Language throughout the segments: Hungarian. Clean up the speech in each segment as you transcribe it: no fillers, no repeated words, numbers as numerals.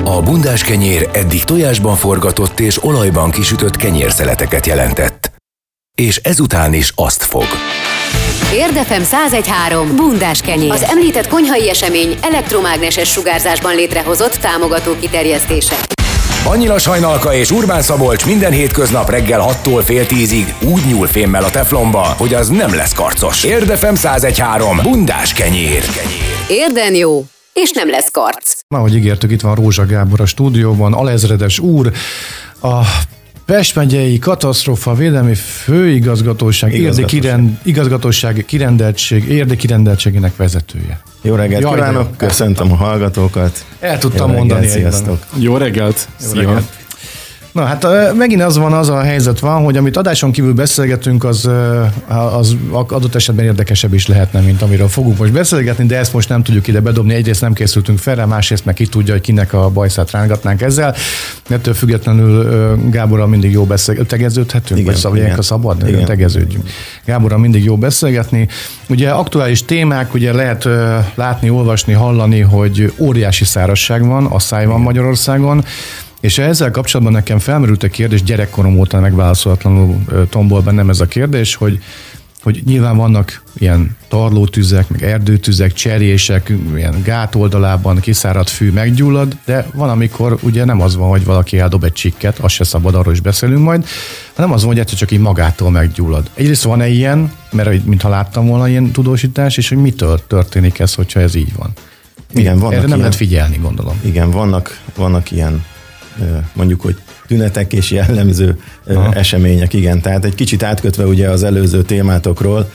A bundás kenyér eddig tojásban forgatott és olajban kisütött kenyérszeleteket jelentett. És ezután is azt fog. Érdefem 101.3 bundás kenyér. Az említett konyhai esemény elektromágneses sugárzásban létrehozott támogató kiterjesztése. Annyira Sajnalka és Urbán Szabolcs minden hétköznap reggel 6-tól fél 10-ig úgy nyúl fémmel a teflonba, hogy az nem lesz karcos. Érdefem 101.3 bundás kenyér. Érden jó, és nem lesz karc. Ahogy ígértük, itt van Rózsa Gábor a stúdióban, alezredes úr, a Pest megyei katasztrófa védelmi főigazgatóság igazgatósági érdekirendeltségének vezetője. Jó reggelt kívánok, köszöntöm a hallgatókat. El tudtam mondani. Sziasztok. Jó reggelt. Szia. Na hát megint az a helyzet van, hogy amit adáson kívül beszélgetünk, az adott esetben érdekesebb is lehetne, mint amiről fogunk most beszélgetni, de ezt most nem tudjuk ide bedobni. Egyrészt nem készültünk fel, másrészt meg ki tudja, hogy kinek a bajszát rángatnánk ezzel. Ettől függetlenül Gáborral mindig jó beszélgetni. Tegeződhetünk? Igen, vagy ilyenkor szabad? Igen. Tegeződjünk. Gáborral mindig jó beszélgetni. Ugye aktuális témák, ugye lehet látni, olvasni, hallani, hogy óriási szárazság van, asszály van Magyarországon. És ezzel kapcsolatban nekem felmerült a kérdés, gyerekkorom óta megválaszolatlanul tombol bennem ez a kérdés, hogy nyilván vannak ilyen tarlótüzek, meg erdőtüzek, cserjések, ilyen gátoldalában kiszáradt fű meggyullad, de van, amikor ugye nem az van, hogy valaki eldob egy csikket, az se szabad, arról is beszélünk majd, hanem az van, hogy egyszer csak így magától meggyullad. Egyrészt van-e ilyen, mert mintha láttam volna ilyen tudósítás, és hogy mitől történik ez, hogyha ez így van? Igen, vannak erre nem ilyen, lehet figyelni, gondolom. Igen, vannak ilyen mondjuk, hogy tünetek és jellemző események, igen. Tehát egy kicsit átkötve ugye az előző témátokról,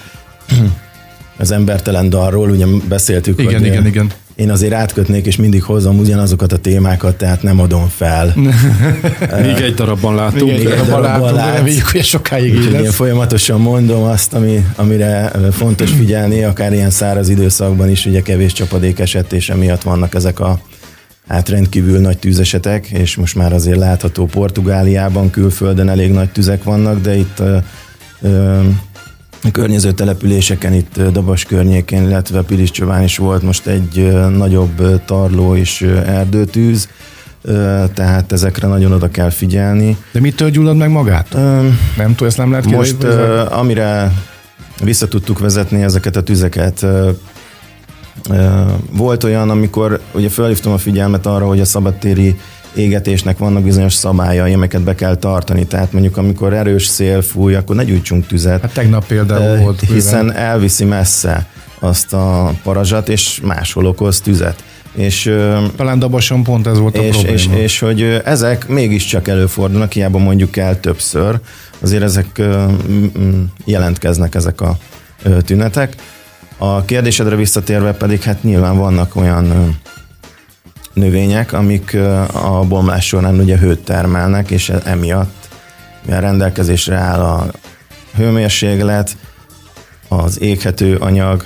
az embertelen dalról, ugye beszéltük, igen. Én azért átkötnék, és mindig hozom ugyanazokat a témákat, tehát nem adom fel. Még egy darabban látunk. Még egy darabban reméljük, hogy sokáig így lesz. Én folyamatosan mondom azt, amire fontos figyelni, akár ilyen száraz időszakban is, ugye kevés csapadék esett, és emiatt vannak ezek a rendkívül nagy tűzesetek, és most már azért látható Portugáliában, külföldön elég nagy tüzek vannak, de itt a környező településeken, itt Dabas környékén, illetve Piliscsován is volt most egy nagyobb tarló és erdőtűz, tehát ezekre nagyon oda kell figyelni. De mitől gyullad meg magát? Nem tudom, ezt nem lehet kérdezni. Most amire vissza tudtuk vezetni ezeket a tüzeket, volt olyan, amikor ugye felhívtam a figyelmet arra, hogy a szabadtéri égetésnek vannak bizonyos szabályai, amelyeket be kell tartani. Tehát mondjuk amikor erős szél fúj, akkor ne gyújtsunk tüzet. Hát tegnap például volt. Hiszen elviszi messze azt a parazsat, és máshol okoz tüzet. És, talán Dabason pont ez volt a probléma. És hogy ezek mégiscsak előfordulnak, hiába mondjuk el többször, azért ezek jelentkeznek ezek a tünetek. A kérdésedre visszatérve pedig hát nyilván vannak olyan növények, amik a bomlás során ugye hőt termelnek, és emiatt mivel rendelkezésre áll a hőmérséklet, az éghető anyag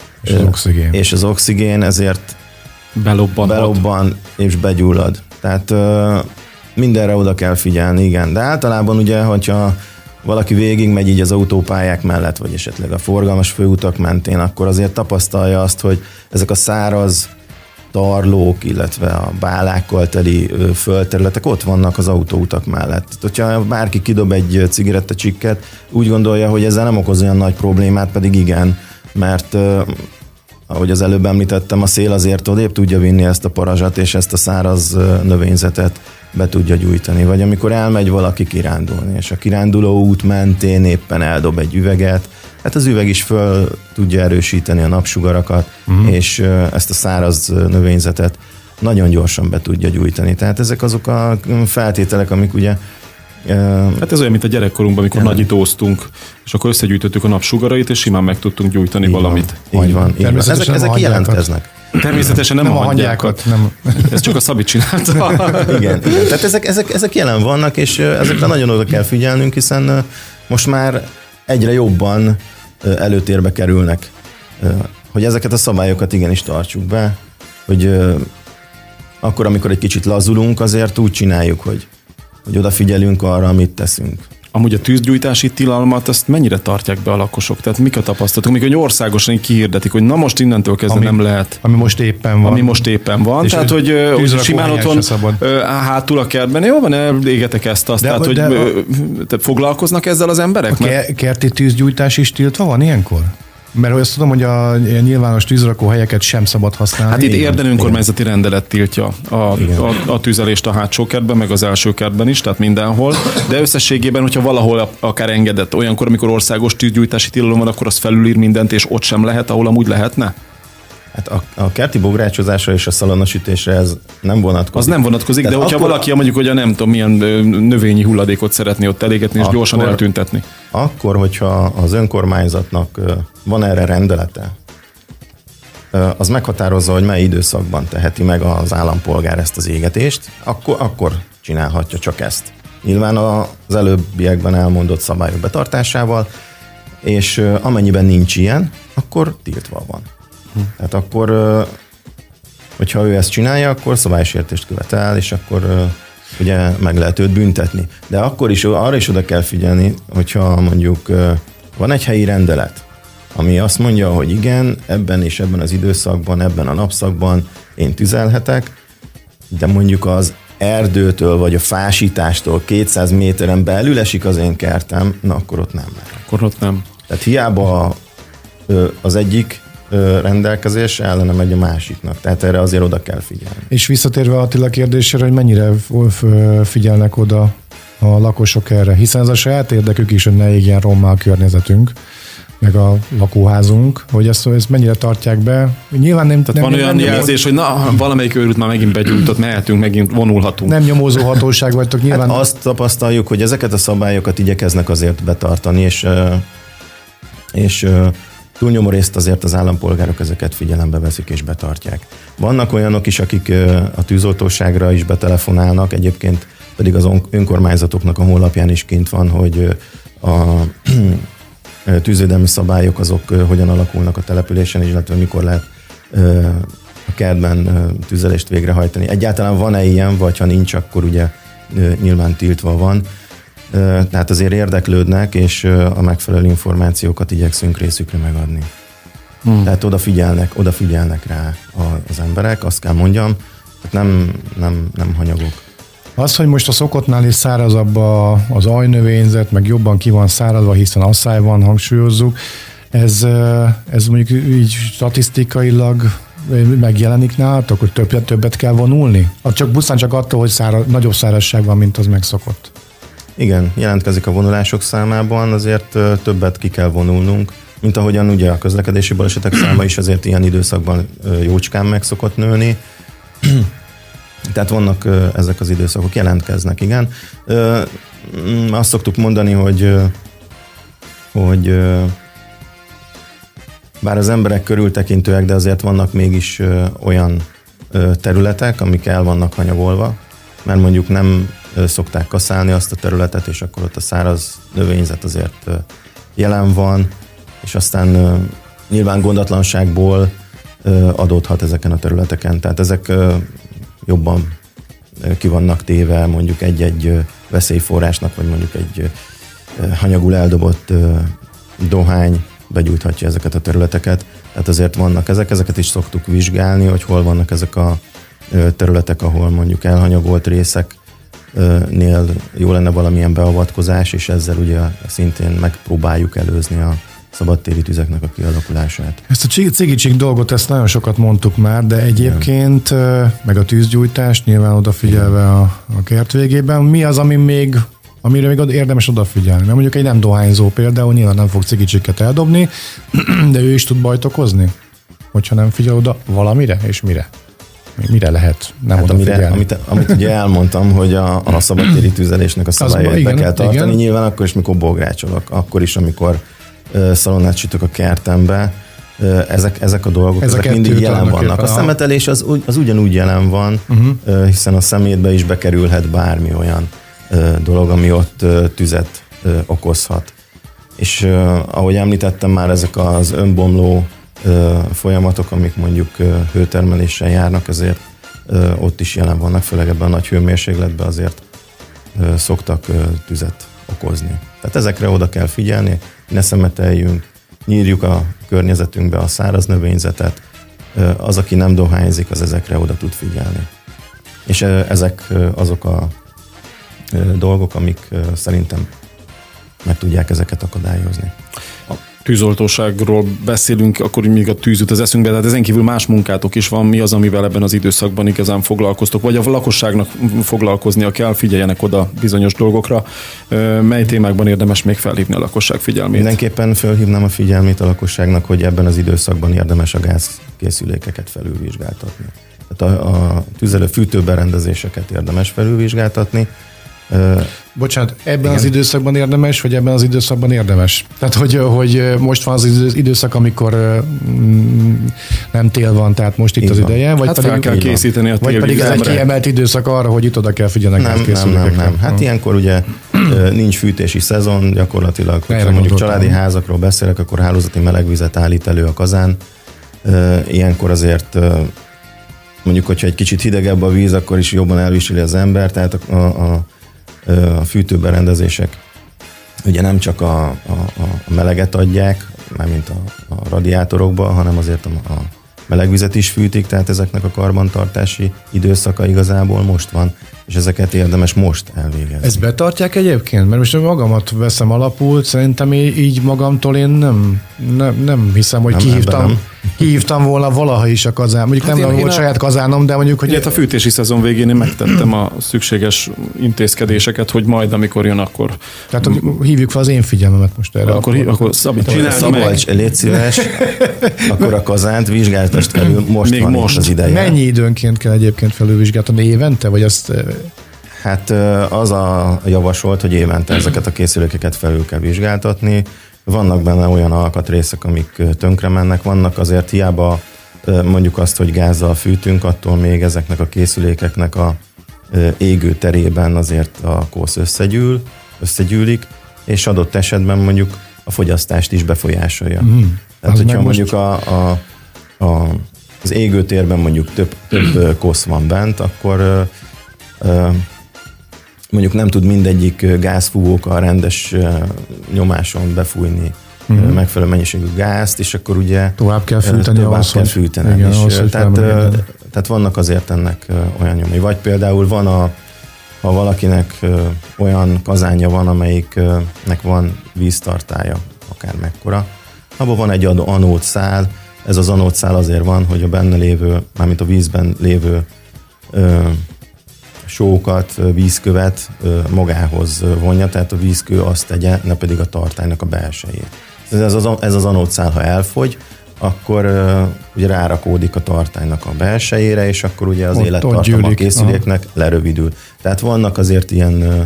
és az oxigén, ezért belobban és begyullad. Tehát mindenre oda kell figyelni, igen. De általában ugye, hogyha valaki végig megy így az autópályák mellett, vagy esetleg a forgalmas főutak mentén, akkor azért tapasztalja azt, hogy ezek a száraz tarlók, illetve a bálákkal teli földterületek ott vannak az autóutak mellett. Hogyha bárki kidob egy cigarettacsikket, úgy gondolja, hogy ezzel nem okoz olyan nagy problémát, pedig igen, mert ahogy az előbb említettem, a szél azért odébb tudja vinni ezt a parazsat, és ezt a száraz növényzetet be tudja gyújtani. Vagy amikor elmegy valaki kirándulni, és a kiránduló út mentén éppen eldob egy üveget, hát az üveg is föl tudja erősíteni a napsugarakat, és ezt a száraz növényzetet nagyon gyorsan be tudja gyújtani. Tehát ezek azok a feltételek, amik ugye... Hát ez olyan, mint a gyerekkorunkban, amikor nagyítóztunk, és akkor összegyűjtöttük a napsugarait, és simán meg tudtunk gyújtani valamit. Így van. Ezek jelentkeznek. Természetesen nem a hangyákat. Nem. Ez csak a Szabi csinálta. Igen. Tehát ezek jelen vannak, és ezekre nagyon oda kell figyelnünk, hiszen most már egyre jobban előtérbe kerülnek, hogy ezeket a szabályokat igenis tartsuk be, hogy akkor, amikor egy kicsit lazulunk, azért úgy csináljuk, hogy odafigyelünk arra, amit teszünk. Amúgy a tűzgyújtási tilalmat, azt mennyire tartják be a lakosok? Tehát mik a tapasztalatok? Mikor országosan kihirdetik, hogy na most innentől kezdve nem lehet. Ami most éppen van. Ami most éppen van. Tehát, hogy simán otthon hátul a kertben, jó van, égetek ezt-azt. Tehát, hogy foglalkoznak ezzel az emberek? Kerti tűzgyújtás is tiltva van ilyenkor? Mert azt tudom, hogy a nyilvános tűzrakóhelyeket sem szabad használni. Hát itt Érden önkormányzati rendelet tiltja a tüzelést a hátsó kertben, meg az első kertben is, tehát mindenhol. De összességében, hogyha valahol akár engedett, olyankor, amikor országos tűzgyújtási tilalom van, akkor az felülír mindent, és ott sem lehet, ahol amúgy lehetne? Hát a kerti bográcsozásra és a szalonosítésre ez nem vonatkozik. Az nem vonatkozik, de hogyha valaki mondjuk, hogy nem tudom, milyen növényi hulladékot szeretné ott elégetni és gyorsan eltüntetni. Akkor, hogyha az önkormányzatnak van erre rendelete, az meghatározza, hogy mely időszakban teheti meg az állampolgár ezt az égetést, akkor csinálhatja csak ezt. Nyilván az előbbiekben elmondott szabályok betartásával, és amennyiben nincs ilyen, akkor tiltva van. Tehát akkor, hogyha ő ezt csinálja, akkor szabálysértést követel, és akkor ugye meg lehet őt büntetni. De akkor is arra is oda kell figyelni, hogyha mondjuk van egy helyi rendelet, ami azt mondja, hogy igen, ebben és ebben az időszakban, ebben a napszakban én tüzelhetek, de mondjuk az erdőtől vagy a fásítástól 200 méteren belül esik az én kertem, na akkor ott nem lehet. Akkor ott nem. Tehát hiába az egyik rendelkezés ellene megy a másiknak. Tehát erre azért oda kell figyelni. És visszatérve Attila kérdésére, hogy mennyire figyelnek oda a lakosok erre, hiszen ez a saját érdekük is, hogy ne égjen rommá a környezetünk, meg a lakóházunk, hogy ezt mennyire tartják be. Nyilván nem. Tehát van olyan jelzés, hogy na, valamelyik őrült már megint begyújtott, mehetünk, megint vonulhatunk. Nem nyomozó hatóság vagytok nyilván. Hát azt tapasztaljuk, hogy ezeket a szabályokat igyekeznek azért betartani, és túlnyomó részt azért az állampolgárok ezeket figyelembe veszik és betartják. Vannak olyanok is, akik a tűzoltóságra is betelefonálnak, egyébként pedig az önkormányzatoknak a honlapján is kint van, hogy a tűzvédelmi szabályok azok hogyan alakulnak a településen, illetve mikor lehet a kertben tüzelést végrehajtani. Egyáltalán van-e ilyen, vagy ha nincs, akkor ugye nyilván tiltva van. Tehát azért érdeklődnek, és a megfelelő információkat igyekszünk részükre megadni. Tehát odafigyelnek rá az emberek, azt kell mondjam, tehát nem hanyagok. Az, hogy most a szokottnál is szárazabb az ajnövényzet, meg jobban ki van száradva, hiszen asszály van, hangsúlyozzuk, ez mondjuk így statisztikailag megjelenik nálatok, hogy többet kell vonulni? Pusztán csak attól, hogy nagyobb szárazság van, mint az megszokott. Igen, jelentkezik a vonulások számában, azért többet ki kell vonulnunk, mint ahogyan ugye a közlekedési balesetek száma is azért ilyen időszakban jócskán meg szokott nőni. Tehát vannak ezek az időszakok, jelentkeznek, igen. Azt szoktuk mondani, hogy bár az emberek körültekintőek, de azért vannak mégis olyan területek, amik el vannak hanyagolva, mert mondjuk nem szokták kaszálni azt a területet, és akkor ott a száraz növényzet azért jelen van, és aztán nyilván gondatlanságból adódhat ezeken a területeken. Tehát ezek jobban ki vannak téve mondjuk egy-egy veszélyforrásnak, vagy mondjuk egy hanyagul eldobott dohány begyújthatja ezeket a területeket. Tehát azért vannak ezeket is szoktuk vizsgálni, hogy hol vannak ezek a területek, ahol mondjuk elhanyagolt részeknél jó lenne valamilyen beavatkozás, és ezzel ugye szintén megpróbáljuk előzni a szabadtéri tüzeknek a kialakulását. Ezt a cigicsik dolgot, ezt nagyon sokat mondtuk már, de egyébként, meg a tűzgyújtás, nyilván odafigyelve a kert végében, mi az, amire még érdemes odafigyelni? Mert mondjuk egy nem dohányzó például nyilván nem fog cigicsiket eldobni, de ő is tud bajt okozni, hogyha nem figyel oda valamire, és mire? Mire lehet nem odafigyelni? Amit ugye elmondtam, hogy a szabadtéri tüzelésnek a szabályait be kell tartani, igen. Nyilván akkor is, mikor bográcsolok, akkor is, amikor szalonnát sütök a kertembe, ezek a dolgok ezek mindig jelen vannak. A szemetelés az ugyanúgy jelen van, hiszen a szemétbe is bekerülhet bármi olyan dolog, ami ott tüzet okozhat. És ahogy említettem már, ezek az önbomló folyamatok, amik mondjuk hőtermeléssel járnak, ezért ott is jelen vannak, főleg ebben a nagy hőmérsékletben azért szoktak tüzet okozni. Tehát ezekre oda kell figyelni, ne szemeteljünk, nyírjuk a környezetünkbe a száraz növényzetet, az, aki nem dohányzik, az ezekre oda tud figyelni. És ezek azok a dolgok, amik szerintem meg tudják ezeket akadályozni. A tűzoltóságról beszélünk, akkor még a tűz jut az eszünkbe, tehát ezen kívül más munkátok is van. Mi az, amivel ebben az időszakban igazán foglalkoztok? Vagy a lakosságnak foglalkoznia kell, figyeljenek oda bizonyos dolgokra. Mely témákban érdemes még felhívni a lakosság figyelmét? Mindenképpen felhívnám a figyelmét a lakosságnak, hogy ebben az időszakban érdemes a gázkészülékeket felülvizsgáltatni. Tehát a tüzelő fűtőberendezéseket érdemes felülvizsgáltatni. Bocsánat, ebben az időszakban érdemes, vagy ebben az időszakban érdemes? Tehát, hogy most van az időszak, amikor nem tél van, tehát most itt az ideje, vagy hát pedig kell készíteni a vagy pedig ez egy kiemelt időszak arra, hogy itt oda kell figyelni. Nem. Hát ilyenkor ugye nincs fűtési szezon, gyakorlatilag, ha mondjuk családi házakról beszélek, akkor hálózati melegvizet állít elő a kazán. Ilyenkor azért mondjuk, hogyha egy kicsit hidegebb a víz, akkor is jobban elviseli az ember, tehát a fűtőberendezések ugye nem csak a meleget adják, mármint a radiátorokba, hanem azért a melegvizet is fűtik, tehát ezeknek a karbantartási időszaka igazából most van, és ezeket érdemes most elvégezni. Ezt betartják egyébként? Mert most magamat veszem alapul, szerintem így magamtól én nem hiszem, hogy kihívtam volna valaha is a kazán. Mondjuk hát nem volt saját kazánom, de mondjuk, hogy... A fűtési szezon végén én megtettem a szükséges intézkedéseket, hogy majd, amikor jön, akkor... Tehát hívjuk fel az én figyelmemet most erre. Akkor Szabolcs, légy szíves, akkor a kazánt vizsgáltasd felül, most az ideje. Mennyi időnként kell egyébként felülvizsgáltatni? Évente? Vagy azt... Hát az a javasolt, hogy évente ezeket a készülékeket felül kell vizsgáltatni. Vannak benne olyan alkatrészek, amik tönkre mennek, vannak azért hiába mondjuk azt, hogy gázzal fűtünk, attól még ezeknek a készülékeknek a égő terében azért a kósz összegyűlik, és adott esetben mondjuk a fogyasztást is befolyásolja. Tehát, hogyha mondjuk az égőtérben mondjuk több kosz van bent, akkor mondjuk nem tud mindegyik gázfúvókkal rendes nyomáson befújni megfelelő mennyiségű gázt, és akkor ugye tovább kell fűteni. Igen, tehát vannak azért ennek olyan nyomai. Vagy például ha valakinek olyan kazánja van, amelyiknek van víztartálya, akár mekkora, abban van egy anódszál. Ez az anódszál azért van, hogy a benne lévő, mármint a vízben lévő sókat, vízkövet magához vonja, tehát a vízkő azt tegye, ne pedig a tartálynak a belsejét. Ez az anódszál, ha elfogy, akkor ugye rárakódik a tartálynak a belsejére, és akkor ugye az élettartama a készüléknek lerövidül. Tehát vannak azért ilyen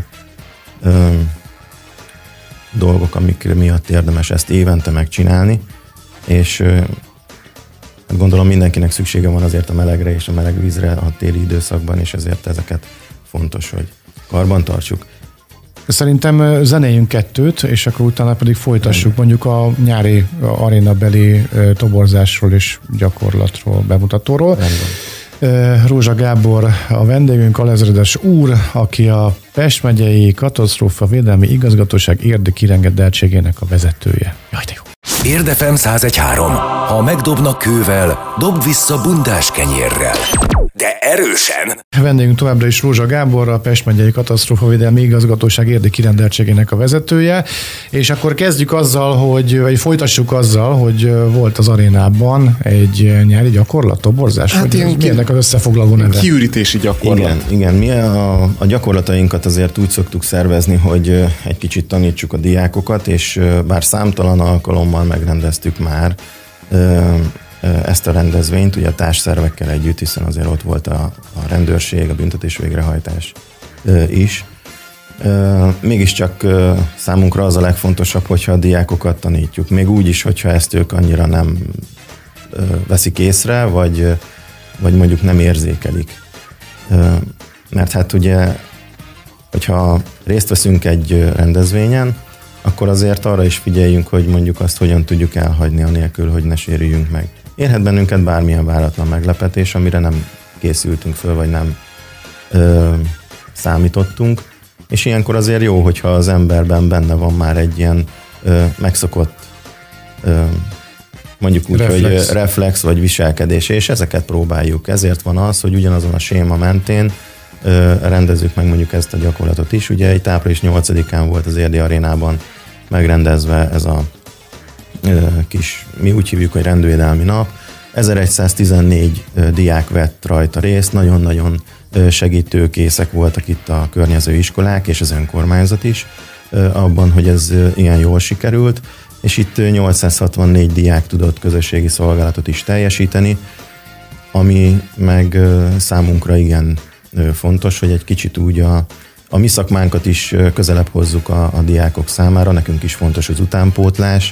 dolgok, amik miatt érdemes ezt évente megcsinálni, és gondolom mindenkinek szüksége van azért a melegre és a meleg vízre a téli időszakban, és ezért ezeket fontos, hogy karban tartsuk. Szerintem zenéljünk kettőt, és akkor utána pedig folytassuk mondjuk a nyári arénabeli toborzásról és gyakorlatról, bemutatóról. Rózsa Gábor a vendégünk, alezredes úr, aki a Pest megyei katasztrófavédelmi igazgatóság érdi kirengedeltségének a vezetője. Jaj, de jó! Érdefem 101.3. Ha megdobnak kővel, dob vissza bundás kenyérrel. De erősen! Vendégünk továbbra is Rózsa Gábor, a Pest megyei katasztrófavédelmi igazgatóság érdi kirendeltségének a vezetője, és akkor kezdjük azzal, vagy folytassuk azzal, hogy volt az arénában egy nyári gyakorlat, toborzás, hát mi ennek az összefoglaló neve? Kiürítési gyakorlat. Igen. Mi a gyakorlatainkat azért úgy szoktuk szervezni, hogy egy kicsit tanítsuk a diákokat, és bár számtalan alkalommal megrendeztük már ezt a rendezvényt, ugye a társszervekkel együtt, hiszen azért ott volt a rendőrség, a büntetés végrehajtás is. Mégiscsak számunkra az a legfontosabb, hogyha a diákokat tanítjuk. Még úgy is, hogyha ezt ők annyira nem veszik észre, vagy mondjuk nem érzékelik. Mert hát ugye, hogyha részt veszünk egy rendezvényen, akkor azért arra is figyeljünk, hogy mondjuk azt hogyan tudjuk elhagyni anélkül, hogy ne sérüljünk meg. Érhet bennünket bármilyen váratlan meglepetés, amire nem készültünk föl, vagy nem számítottunk, és ilyenkor azért jó, hogyha az emberben benne van már egy ilyen megszokott mondjuk úgy, hogy reflex vagy viselkedés, és ezeket próbáljuk. Ezért van az, hogy ugyanazon a séma mentén rendezzük meg mondjuk ezt a gyakorlatot is. Ugye egy április 8-án volt az Érdi Arénában megrendezve ez a kis, mi úgy hívjuk, hogy rendvédelmi nap. 1114 diák vett rajta részt, nagyon-nagyon segítőkészek voltak itt a környező iskolák és az önkormányzat is abban, hogy ez ilyen jól sikerült, és itt 864 diák tudott közösségi szolgálatot is teljesíteni, ami meg számunkra igen fontos, hogy egy kicsit úgy a mi szakmánkat is közelebb hozzuk a diákok számára, nekünk is fontos az utánpótlás,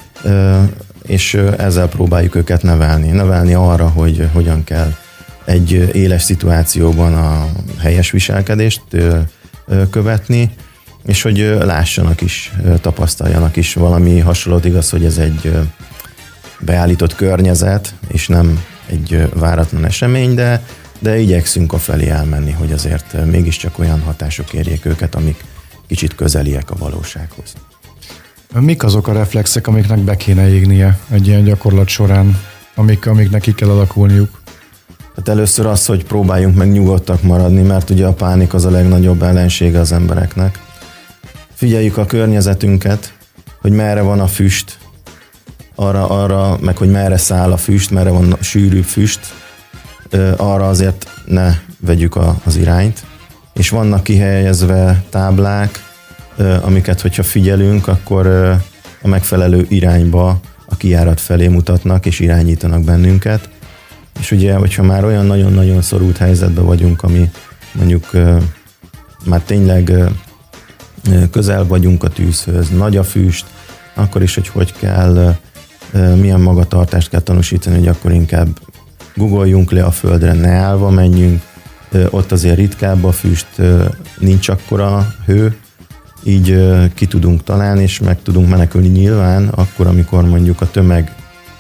és ezzel próbáljuk őket nevelni arra, hogy hogyan kell egy éles szituációban a helyes viselkedést követni, és hogy lássanak is, tapasztaljanak is valami hasonlót. Igaz, hogy ez egy beállított környezet, és nem egy váratlan esemény, de igyekszünk afelé elmenni, hogy azért mégiscsak olyan hatások érjék őket, amik kicsit közeliek a valósághoz. Mik azok a reflexek, amiknek be kéne égnie egy ilyen gyakorlat során, amiknek ki kell alakulniuk? Hát először az, hogy próbáljunk meg nyugodtak maradni, mert ugye a pánik az a legnagyobb ellensége az embereknek. Figyeljük a környezetünket, hogy merre van a füst, arra, meg hogy merre száll a füst, merre van a sűrűbb füst, arra azért ne vegyük az irányt. És vannak kihelyezve táblák, amiket, hogyha figyelünk, akkor a megfelelő irányba, a kijárat felé mutatnak és irányítanak bennünket. És ugye, hogyha már olyan nagyon-nagyon szorult helyzetben vagyunk, ami mondjuk már tényleg közel vagyunk a tűzhöz, nagy a füst, akkor is, hogy kell, milyen magatartást kell tanúsítani, hogy akkor inkább guggoljunk le a földre, ne állva menjünk, ott azért ritkább a füst, nincs akkora hő, így ki tudunk találni, és meg tudunk menekülni nyilván, akkor, amikor mondjuk a tömeg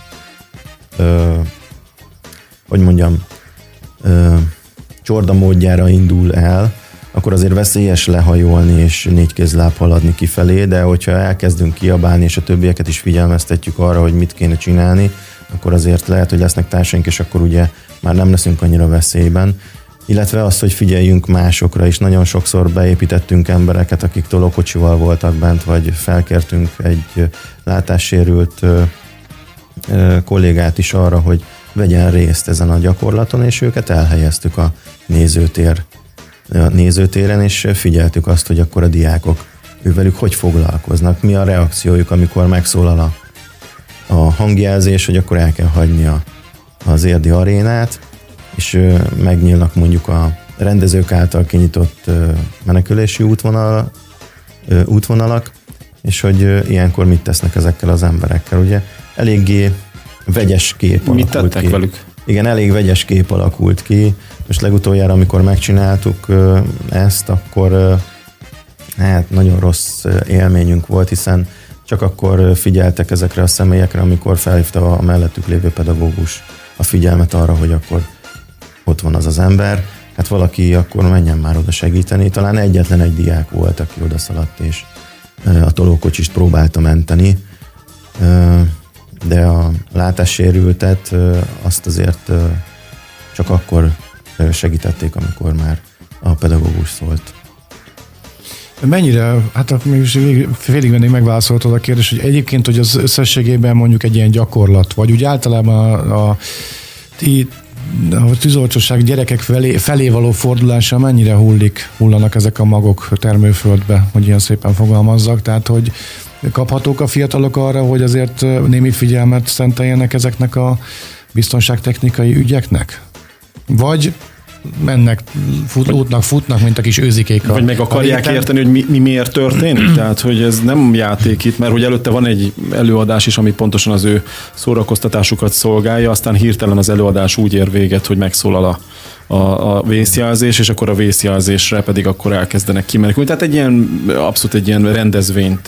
csordamódjára indul el, akkor azért veszélyes lehajolni és négykézláb haladni kifelé, de hogyha elkezdünk kiabálni, és a többieket is figyelmeztetjük arra, hogy mit kéne csinálni, akkor azért lehet, hogy lesznek társaink, és akkor ugye már nem leszünk annyira veszélyben. Illetve az, hogy figyeljünk másokra is. Nagyon sokszor beépítettünk embereket, akik tolókocsival voltak bent, vagy felkértünk egy látássérült kollégát is arra, hogy vegyen részt ezen a gyakorlaton, és őket elhelyeztük a nézőtéren, és figyeltük azt, hogy akkor a diákok ővelük hogy foglalkoznak, mi a reakciójuk, amikor megszólal a hangjelzés, hogy akkor el kell hagyni az Érdi Arénát, és megnyílnak mondjuk a rendezők által kinyitott menekülési útvonalak, és hogy ilyenkor mit tesznek ezekkel az emberekkel. Ugye eléggé vegyes kép alakult mit tettek velük? Igen, elég vegyes kép alakult ki. Most legutoljára, amikor megcsináltuk ezt, akkor hát nagyon rossz élményünk volt, hiszen csak akkor figyeltek ezekre a személyekre, amikor felhívta a mellettük lévő pedagógus a figyelmet arra, hogy akkor ott van az ember, hát valaki akkor menjen már oda segíteni. Talán egyetlen egy diák volt, aki odaszaladt, és a tolókocsist próbálta menteni, de a látássérültet azt azért csak akkor segítették, amikor már a pedagógus szólt. Mennyire, hát mégis félig mennék megválaszoltad a kérdés, hogy egyébként, hogy az összességében mondjuk egy ilyen gyakorlat, vagy úgy általában a tűzoltóság gyerekek felé való fordulása mennyire hullanak ezek a magok termőföldbe, hogy ilyen szépen fogalmazzak, tehát hogy kaphatók a fiatalok arra, hogy azért némi figyelmet szenteljenek ezeknek a biztonságtechnikai ügyeknek? Vagy mennek, futnak, mint a kis őzikék. Vagy meg akarják érteni, hogy mi miért történik? Tehát, hogy ez nem játék itt, mert hogy előtte van egy előadás is, ami pontosan az ő szórakoztatásukat szolgálja, aztán hirtelen az előadás úgy ér véget, hogy megszólal a vészjelzés, és akkor a vészjelzésre pedig akkor elkezdenek kimenekülni. Tehát abszolút egy ilyen rendezvényt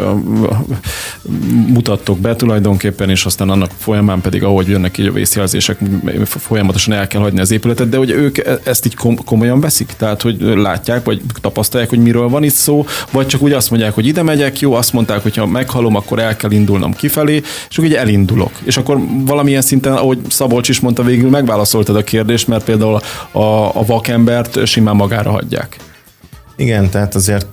mutattok be tulajdonképpen, és aztán annak folyamán pedig, ahogy jönnek így a vészjelzések, folyamatosan el kell hagyni az épületet, de hogy ők ezt így komolyan veszik? Tehát, hogy látják, vagy tapasztalják, hogy miről van itt szó, vagy csak úgy azt mondják, hogy ide megyek, jó, azt mondták, hogy ha meghalom, akkor el kell indulnom kifelé, és úgy elindulok. És akkor valamilyen szinten, ahogy Szabolcs is mondta, végül megválaszoltad a kérdést, mert például a vakembert simán magára hagyják. Igen, tehát azért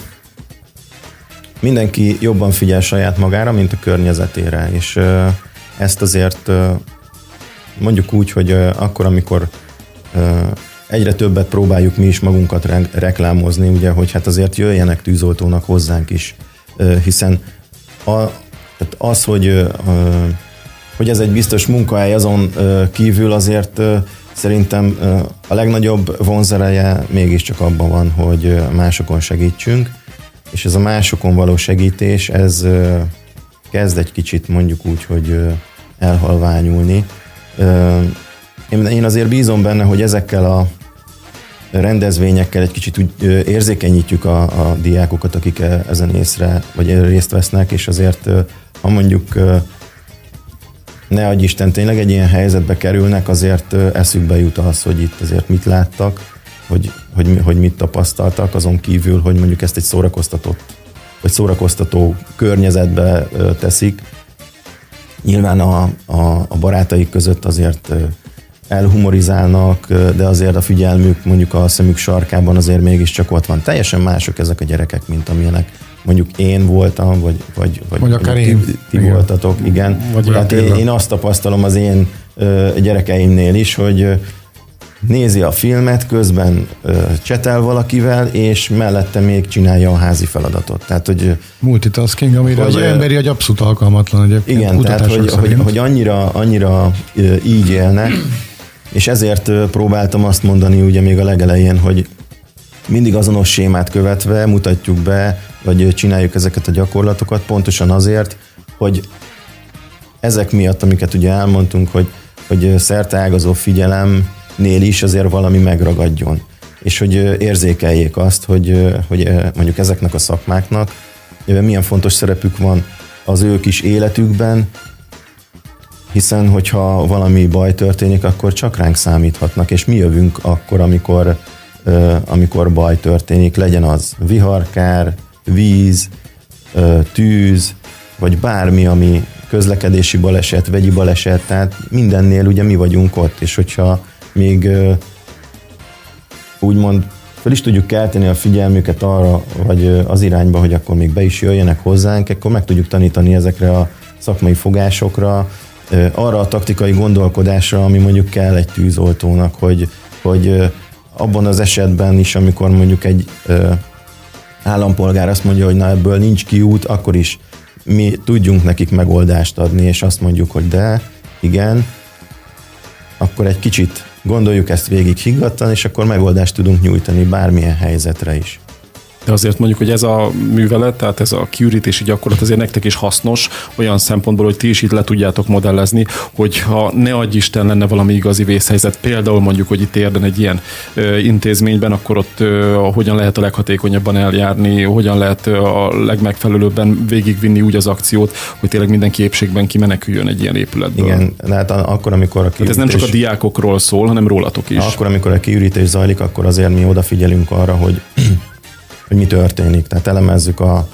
mindenki jobban figyel saját magára, mint a környezetére, és ezt azért mondjuk úgy, hogy akkor, amikor egyre többet próbáljuk mi is magunkat reklámozni, ugye, hogy hát azért jöjjenek tűzoltónak hozzánk is, hiszen tehát az, hogy ez egy biztos munkahely, azon kívül azért szerintem a legnagyobb vonzereje mégiscsak abban van, hogy másokon segítsünk, és ez a másokon való segítés, ez kezd egy kicsit mondjuk úgy, hogy elhalványulni. Én azért bízom benne, hogy ezekkel a rendezvényekkel egy kicsit úgy érzékenyítjük a diákokat, akik ezen vagy részt vesznek, és azért, ha mondjuk ne adj Isten, tényleg egy ilyen helyzetbe kerülnek, azért eszükbe jut az, hogy itt azért mit láttak, hogy mit tapasztaltak, azon kívül, hogy mondjuk ezt egy szórakoztató környezetbe teszik. Nyilván a barátaik között azért elhumorizálnak, de azért a figyelmük mondjuk a szemük sarkában azért mégiscsak ott van. Teljesen mások ezek a gyerekek, mint amilyenek mondjuk én voltam, vagy akár ti voltatok, igen. Hát én azt tapasztalom az én gyerekeimnél is, hogy nézi a filmet, közben csetel valakivel, és mellette még csinálja a házi feladatot. Tehát, hogy multitasking, amire az emberi agy abszolút alkalmatlan egyébként. Igen, tehát, hogy annyira így élnek, és ezért próbáltam azt mondani ugye még a legelején, hogy mindig azonos sémát követve mutatjuk be, vagy csináljuk ezeket a gyakorlatokat, pontosan azért, hogy ezek miatt, amiket ugye elmondtunk, hogy szerteágazó figyelemnél is azért valami megragadjon. És hogy érzékeljék azt, hogy mondjuk ezeknek a szakmáknak milyen fontos szerepük van az ő kis életükben, hiszen hogyha valami baj történik, akkor csak ránk számíthatnak, és mi jövünk akkor, amikor baj történik, legyen az viharkár, víz, tűz, vagy bármi, ami közlekedési baleset, vegyi baleset, tehát mindennél ugye mi vagyunk ott, és hogyha még úgymond fel is tudjuk kelteni a figyelmüket arra, vagy az irányba, hogy akkor még be is jöjjenek hozzánk, akkor meg tudjuk tanítani ezekre a szakmai fogásokra, arra a taktikai gondolkodásra, ami mondjuk kell egy tűzoltónak, hogy abban az esetben is, amikor mondjuk egy állampolgár azt mondja, hogy na ebből nincs kiút, akkor is mi tudjunk nekik megoldást adni, és azt mondjuk, hogy de, igen, akkor egy kicsit gondoljuk ezt végig higgadtan, és akkor megoldást tudunk nyújtani bármilyen helyzetre is. De azért mondjuk, hogy ez a művelet, tehát ez a kiürítési gyakorlat azért nektek is hasznos, olyan szempontból, hogy ti is itt le tudjátok modellezni, hogyha ne adj Isten lenne valami igazi vészhelyzet, például mondjuk, hogy itt érden egy ilyen intézményben, akkor ott hogyan lehet a leghatékonyabban eljárni, hogyan lehet a legmegfelelőbben végigvinni úgy az akciót, hogy tényleg mindenki épségben kimeneküljön egy ilyen épületből. Igen, hát akkor, amikor a kiürítés... ez nem csak a diákokról szól, hanem rólatok is. Akkor, amikor a kiürítés zajlik, akkor azért mi odafigyelünk arra, hogy mi történik. Tehát elemezzük a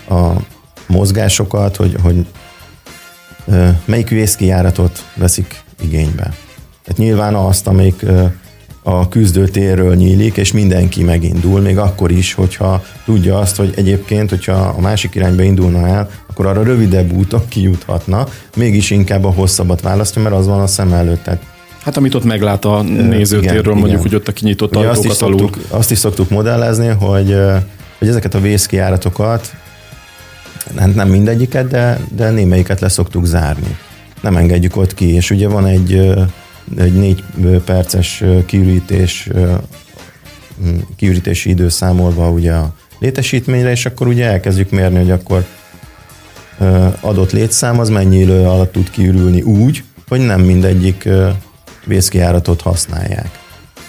mozgásokat, hogy melyik vészkijáratot veszik igénybe. Tehát nyilván azt, amelyik a küzdőtérről nyílik, és mindenki megindul, még akkor is, hogyha tudja azt, hogy egyébként, hogyha a másik irányba indulna el, akkor arra rövidebb úton kijuthatna, mégis inkább a hosszabbat választja, mert az van a szem előtt. Tehát hát amit ott meglát a nézőtérről, mondjuk, hogy ott a kinyitott ajtókat alul. Azt is szoktuk modellezni, hogy ezeket a vészkijáratokat, nem mindegyiket, de némelyiket le szoktuk zárni. Nem engedjük ott ki, és ugye van egy 4 perces kiürítési idő számolva ugye a létesítményre, és akkor ugye elkezdjük mérni, hogy akkor adott létszám az mennyi idő alatt tud kiürülni úgy, hogy nem mindegyik vészkijáratot használják.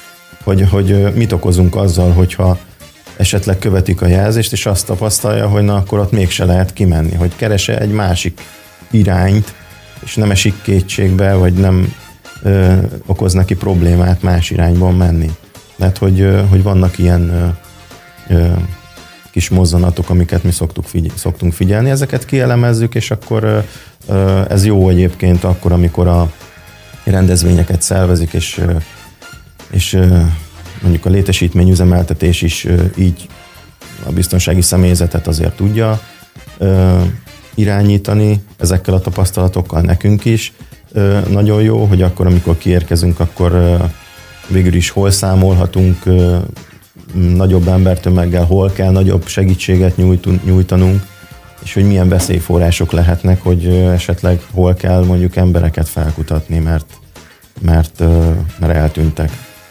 hogy mit okozunk azzal, hogyha esetleg követik a jelzést, és azt tapasztalja, hogy na akkor ott mégse lehet kimenni, hogy keresse egy másik irányt, és nem esik kétségbe, vagy nem okoz neki problémát más irányban menni. Mert hogy vannak ilyen kis mozzanatok, amiket mi szoktunk figyelni, ezeket kielemezzük, és akkor ez jó egyébként akkor, amikor a rendezvényeket szervezik, és mondjuk a létesítményüzemeltetés is így a biztonsági személyzetet azért tudja irányítani ezekkel a tapasztalatokkal nekünk is. Nagyon jó, hogy akkor, amikor kiérkezünk, akkor végül is hol számolhatunk nagyobb embertömeggel, hol kell nagyobb segítséget nyújtanunk, és hogy milyen veszélyforrások lehetnek, hogy esetleg hol kell mondjuk embereket felkutatni, mert eltűntek.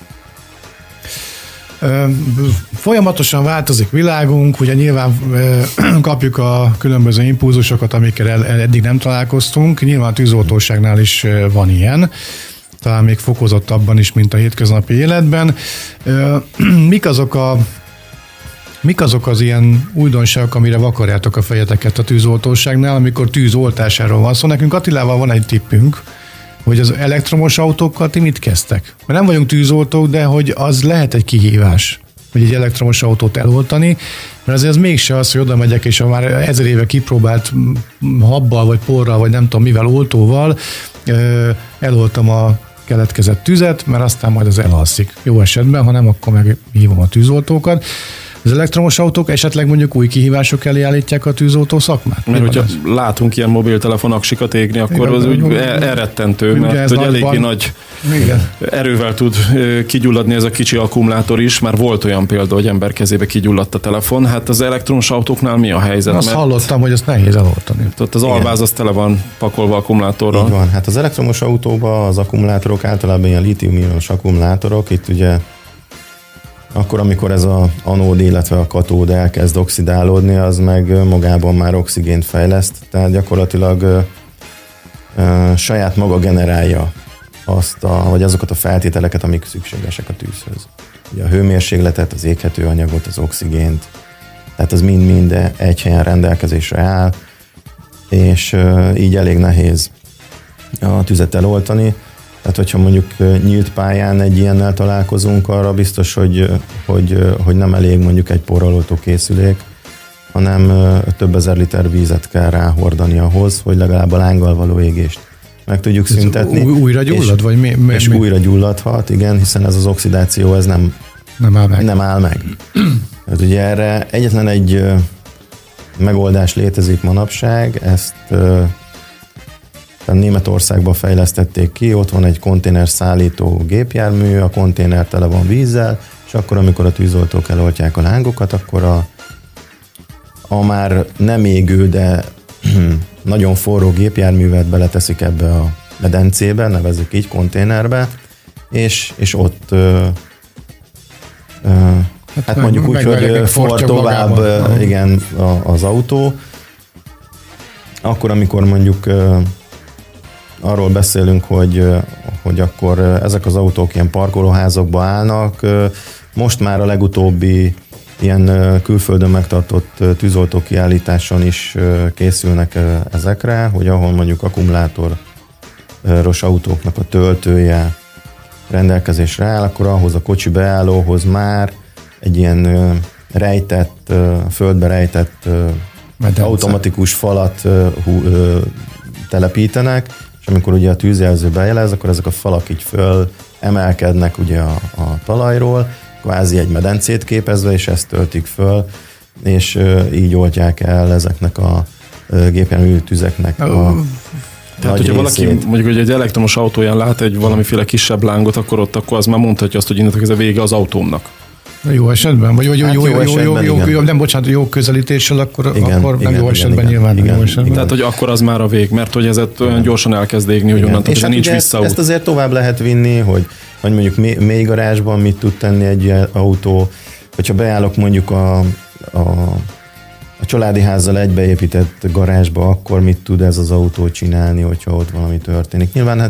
Folyamatosan változik világunk, ugye nyilván kapjuk a különböző impulzusokat, amikkel eddig nem találkoztunk. Nyilván a tűzoltóságnál is van ilyen, talán még fokozottabban is, mint a hétköznapi életben. Mik azok az ilyen újdonságok, amire vakarjátok a fejeteket a tűzoltóságnál, amikor tűzoltásáról van szó? Nekünk Attilával van egy tippünk, hogy az elektromos autókkal ti mit kezdtek? Mert nem vagyunk tűzoltók, de hogy az lehet egy kihívás, hogy egy elektromos autót eloltani, mert azért az mégse az, hogy oda megyek, és a már 1000 éve kipróbált habbal, vagy porral, vagy nem tudom mivel oltóval eloltam a keletkezett tüzet, mert aztán majd az elalszik. Jó esetben, ha nem, akkor meg hívom a tűzoltókat. Az elektromos autók esetleg mondjuk új kihívások elé állítják a tűzoltó szakmát? Mert hogyha látunk ilyen mobiltelefon aksikat égni, akkor igen, az úgy elrettentő, mert hogy eléggé nagy erővel tud kigyulladni ez a kicsi akkumulátor is. Már volt olyan példa, hogy ember kezébe kigyulladt a telefon. Hát az elektromos autóknál mi a helyzet? Azt hallottam, hogy ezt nehéz eloltani. Tehát az alváz az tele van pakolva akkumulátorral. Így van. Hát az elektromos autóban az akkumulátorok általában ilyen lítium-ionos akkumulátorok, itt ugye akkor, amikor ez az anód, illetve a katód elkezd oxidálódni, az meg magában már oxigént fejleszt, tehát gyakorlatilag saját maga generálja vagy azokat a feltételeket, amik szükségesek a tűzhöz. Ugye a hőmérsékletet, az éghető anyagot, az oxigént, tehát az mind-mind egy helyen rendelkezésre áll, és így elég nehéz a tüzet eloltani. Tehát, hogyha mondjuk nyílt pályán egy ilyennel találkozunk, arra biztos, hogy nem elég mondjuk egy porraloltó készülék, hanem több ezer liter vízet kell ráhordani ahhoz, hogy legalább a lánggal való égést meg tudjuk szüntetni. Újra gyullad? Vagy mi? És újra gyulladhat, igen, hiszen ez az oxidáció, ez nem áll meg. Hát ugye erre egyetlen egy megoldás létezik manapság, ezt Németországban fejlesztették ki, ott van egy konténer szállító gépjármű, a konténer tele van vízzel, és akkor, amikor a tűzoltók eloltják a lángokat, akkor a már nem égő, de nagyon forró gépjárművet beleteszik ebbe a medencébe, nevezzük így, konténerbe, és ott hát mondjuk úgy, hogy forr tovább igen, az autó. Akkor, amikor mondjuk arról beszélünk, hogy akkor ezek az autók ilyen parkolóházakba állnak. Most már a legutóbbi ilyen külföldön megtartott tűzoltó kiállításon is készülnek ezekre, hogy ahol mondjuk akkumulátoros autóknak a töltője rendelkezésre áll, akkor ahhoz a kocsi beállóhoz már egy ilyen földbe rejtett automatikus falat telepítenek, és amikor ugye a tűzjelző bejelez, akkor ezek a falak így föl emelkednek ugye a talajról, kvázi egy medencét képezve, és ezt töltik föl, és így oltják el ezeknek a gépjármű tüzeknek a tehát, hogyha valaki mondjuk, hogy egy elektromos autóján lát egy valamiféle kisebb lángot, akkor az már mondhatja azt, hogy innentől ez a vége az autómnak. Jó esetben? Vagy jó közelítéssel, akkor nem jó esetben nyilván. Tehát, hogy akkor az már a vég, mert hogy ez olyan gyorsan elkezd égni, hogy onnantól hát nincs visszaút. Ezt azért tovább lehet vinni, hogy mondjuk mély garázsban mit tud tenni egy autó, hogyha beállok mondjuk a családi házzal egybeépített garázsba, akkor mit tud ez az autó csinálni, hogyha ott valami történik. Nyilván hát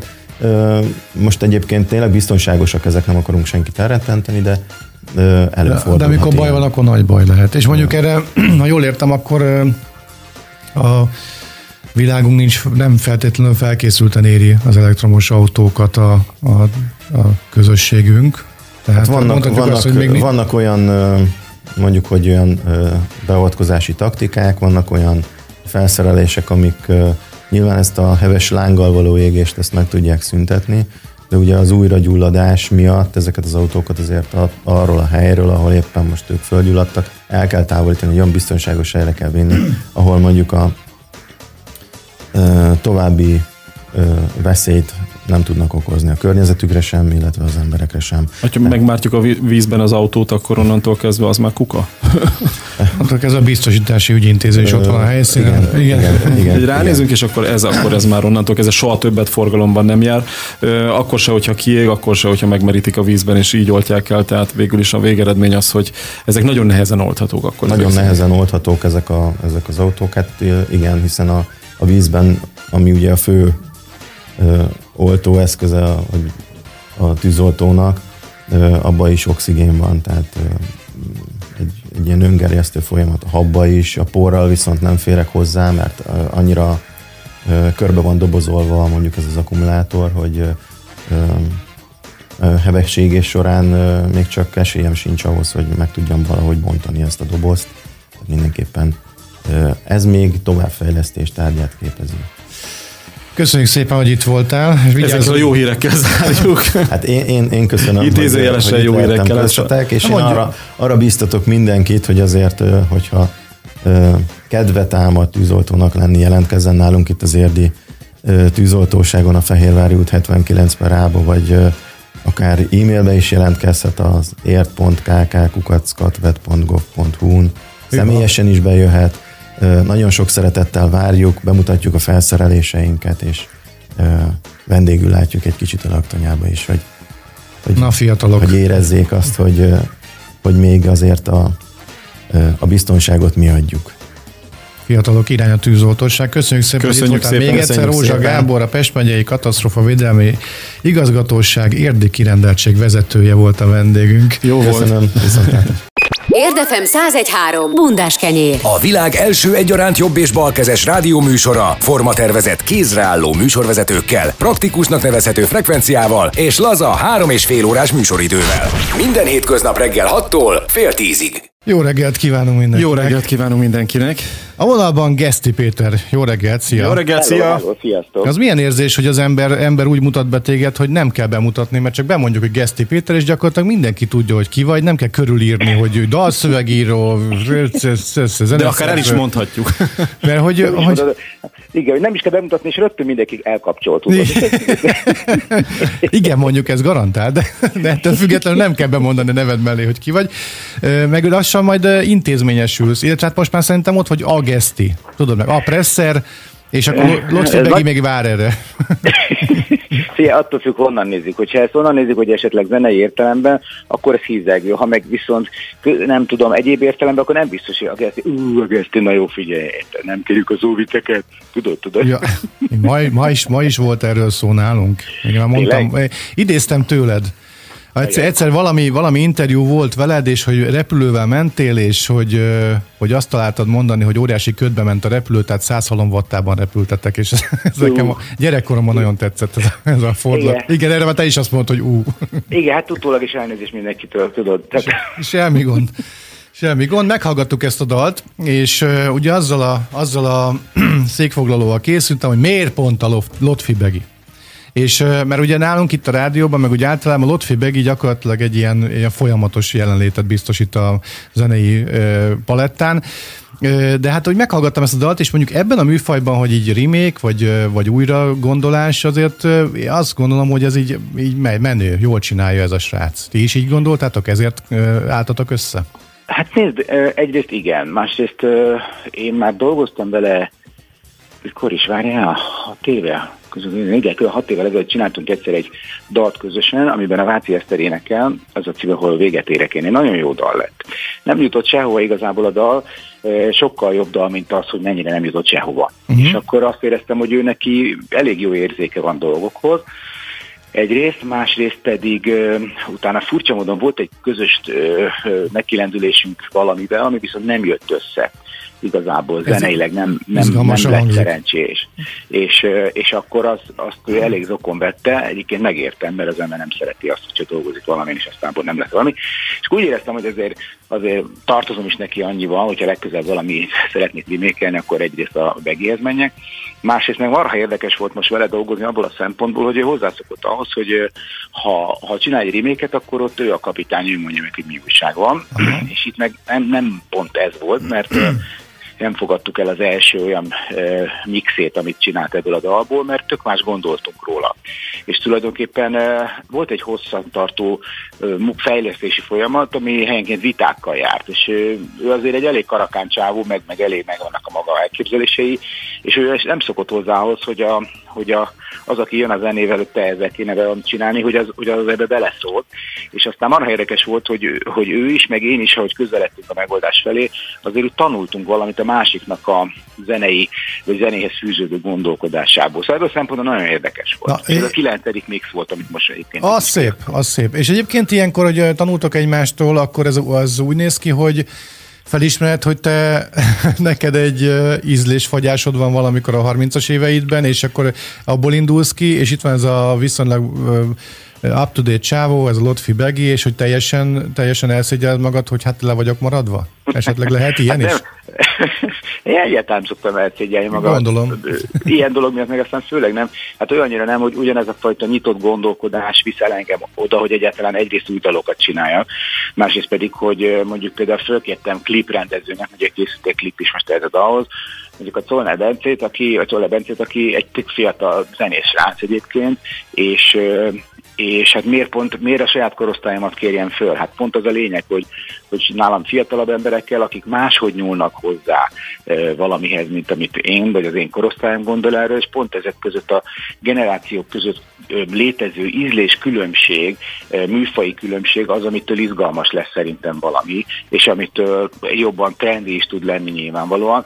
Most egyébként tényleg biztonságosak ezek, nem akarunk senkit elrettenteni, de előfordulhat. De amikor baj van, akkor nagy baj lehet. És mondjuk erre, ha jól értem, akkor a világunk nem feltétlenül felkészülten éri az elektromos autókat a közösségünk. Tehát vannak olyan, mondjuk, hogy olyan beavatkozási taktikák, vannak olyan felszerelések, amik nyilván ezt a heves lánggal való égést ezt meg tudják szüntetni, de ugye az újragyulladás miatt ezeket az autókat azért arról a helyről, ahol éppen most ők földgyulladtak, el kell távolítani, hogy olyan biztonságos helyre kell vinni, ahol mondjuk a további veszélyt nem tudnak okozni a környezetükre sem, illetve az emberekre sem. Ha megmártjuk a vízben az autót, akkor onnantól kezdve az már kuka? Onnantól kezdve a biztosítási ügyintézés ott van a helyszínen. Igen. Ránézünk, és akkor ez már onnantól kezdve soha többet forgalomban nem jár. Akkor se, hogyha kiég, akkor se, hogyha megmerítik a vízben, és így oltják el. Tehát végül is a végeredmény az, hogy ezek nagyon nehezen oldhatók. Akkor nagyon nehezen oldhatók ezek az autók. Hát igen, hiszen a vízben, ami ugye a fő oltóeszköze a tűzoltónak, abban is oxigén van, tehát egy ilyen öngerjesztő folyamat a habba is, a porral viszont nem férek hozzá, mert annyira körbe van dobozolva mondjuk ez az akkumulátor, hogy hevességés során még csak esélyem sincs ahhoz, hogy meg tudjam valahogy bontani ezt a dobozt. Tehát mindenképpen ez még továbbfejlesztés tárgyát képezi. Köszönjük szépen, hogy itt voltál. Ezekkel a jó hírekkel zárjuk. Hát én köszönöm, idézőjelesen jó hírekkel köztetek, és én arra bíztatok mindenkit, hogy azért, hogyha kedve támad tűzoltónak lenni, jelentkezzen nálunk itt az érdi tűzoltóságon, a Fehérvári út 79/A-ba, vagy akár e-mailbe is jelentkezhet az ért.kk@katvet.gov.hu-n. Személyesen is bejöhet. Nagyon sok szeretettel várjuk, bemutatjuk a felszereléseinket, és vendégül látjuk egy kicsit a laktanyába is, hogy érezzék azt, hogy még azért a biztonságot mi adjuk. Fiatalok irány a tűzoltóság. Köszönjük szépen, hogy itt voltál. Még egyszer Rózsa Gábor, a Pest megyei katasztrófavédelmi igazgatóság érdi kirendeltség vezetője volt a vendégünk. Jó volt. Köszönöm. Érdefem 101.3. Bundás kenyér. A világ első egyaránt jobb és balkezes rádióműsora, formatervezett kézre álló műsorvezetőkkel, praktikusnak nevezhető frekvenciával és laza 3,5 órás műsoridővel. Minden hétköznap reggel 6-tól fél 10-ig. Jó reggelt kívánunk mindenkinek. Jó reggelt kívánunk mindenkinek. A vonalban Geszti Péter. Jó reggelt, szia. Jó reggelt, szia. Sziasztok. Az milyen érzés, hogy az ember úgy mutat be téged, hogy nem kell bemutatni, mert csak bemondjuk, hogy Geszti Péter, és gyakorlatilag mindenki tudja, hogy ki vagy, nem kell körülírni, hogy dalszövegíró, de akár el is mondhatjuk. Mert hogy... Igen, hogy nem is kell bemutatni, és rögtön mindenki elkapcsolt. Igen, mondjuk ez garantált, de ettől függetlenül nem kell bemondani a neved mellé, hogy ki vagy. Meg lassan majd intézményesülsz, illetve hát most már szerintem ott vagy a Geszti. Tudod meg, a Presser, és akkor Lotfi Begi még vár erre. Szia, attól függ, honnan nézzük. Hogyha ezt onnan nézzük, hogy esetleg zenei értelemben, akkor ez hízelgő. Ha meg viszont nem tudom, egyéb értelemben, akkor nem biztos, hogy a Geszti, na jó, figyelj, nem kérjük az óviteket. Tudod? Ja, ma is volt erről szó nálunk. Még már mondtam, idéztem tőled. Egyszer valami interjú volt veled, és hogy repülővel mentél, és hogy azt találtad mondani, hogy óriási ködbe ment a repülő, tehát 100 halomwattában repültetek, és ez nekem a gyerekkoromban nagyon tetszett ez a fordulat. Igen, erre már te is azt mondod, hogy Igen, hát utólag is elnézést mindenkitől, tudod. Semmi gond. Meghallgattuk ezt a dalt, és ugye azzal a székfoglalóval készültem, hogy miért pont a Lotfi Begi. És mert ugye nálunk itt a rádióban, meg úgy általában a Lotfi Begi gyakorlatilag egy ilyen folyamatos jelenlétet biztosít a zenei palettán. De hát, hogy meghallgattam ezt a dalt, és mondjuk ebben a műfajban, hogy így remake, vagy újra gondolás, azért azt gondolom, hogy ez így menő, jól csinálja ez a srác. Ti is így gondoltátok, ezért álltatok össze? Hát nézd, egyrészt igen, másrészt én már dolgoztam vele, mikor is várjál, 6 éve. Igen, 6 évvel ezelőtt csináltunk egyszer egy dalt közösen, amiben a Váci Eszter énekel, az a címe, hol véget érek én. Nagyon jó dal lett. Nem jutott sehova igazából a dal, sokkal jobb dal, mint az, hogy mennyire nem jutott sehova. És akkor azt éreztem, hogy ő neki elég jó érzéke van dolgokhoz, Egyrészt, másrészt pedig utána furcsa módon volt egy közös megkilendülésünk valamivel, ami viszont nem jött össze. Igazából zeneileg nem lett szerencsés. És akkor azt ő elég zokon vette, egyébként megértem, mert az ember nem szereti azt, hogy dolgozik valamin, és aztán nem lesz valami. És úgy éreztem, hogy azért tartozom is neki annyival, hogyha legközelebb valami szeretnék remékelni, akkor egyrészt a Begéhez menjek. Másrészt meg marha érdekes volt most vele dolgozni abból a szempontból, hogy ő hozzászokott ahhoz, hogy ha csinálj egy reméket, akkor ott ő a kapitány, ő mondja meg, hogy mi újság van. És itt meg nem pont ez volt, mert nem fogadtuk el az első olyan mixét, amit csinált ebből a dalból, mert tök más gondoltunk róla. És tulajdonképpen volt egy hosszantartó fejlesztési folyamat, ami helyenként vitákkal járt, és ő azért egy elég karakán csávó, meg elég megvannak a maga elképzelései, és ő nem szokott hozzához, hogy az, aki jön a zenével, hogy te ezzel kéne valamit csinálni, hogy az ebbe beleszólt. És aztán marha érdekes volt, hogy ő is, meg én is, ahogy közeledtünk a megoldás felé, azért úgy tanultunk valamit a másiknak a zenei, vagy zenéhez fűződő gondolkodásából. Szóval ebből szempontból nagyon érdekes volt. Ez a 9. mix volt, amit most egyébként... Az szép. És egyébként ilyenkor, hogy tanultok egymástól, akkor az úgy néz ki, hogy felismered, hogy neked egy ízlésfagyásod van valamikor a 30-as éveidben, és akkor abból indulsz ki, és itt van ez a viszonylag up-to-date csávó, ez a Lotfi Begi, és hogy teljesen elszégyelled magad, hogy hát le vagyok maradva? Esetleg lehet ilyen is? Én egyáltalán szoktam elszégyelni magam. Gondolom. Ilyen dolog miatt meg aztán főleg nem. Hát olyannyira nem, hogy ugyanez a fajta nyitott gondolkodás visz el engem oda, hogy egyáltalán egyrészt új dalokat csináljak, másrészt pedig, hogy mondjuk például fölkértem kliprendezőnek, ugye készült egy klip is most ez a dalhoz, mondjuk a Czolnár Bencét, aki egy tök fiatal zenés srác egyébként, és hát miért a saját korosztályomat kérjem föl? Hát pont az a lényeg, hogy nálam fiatalabb emberekkel, akik máshogy nyúlnak hozzá valamihez, mint amit én, vagy az én korosztályom gondol erről, és pont ezek között a generációk között létező ízlés különbség, műfai különbség az, amitől izgalmas lesz szerintem valami, és amitől jobban trendi is tud lenni nyilvánvalóan.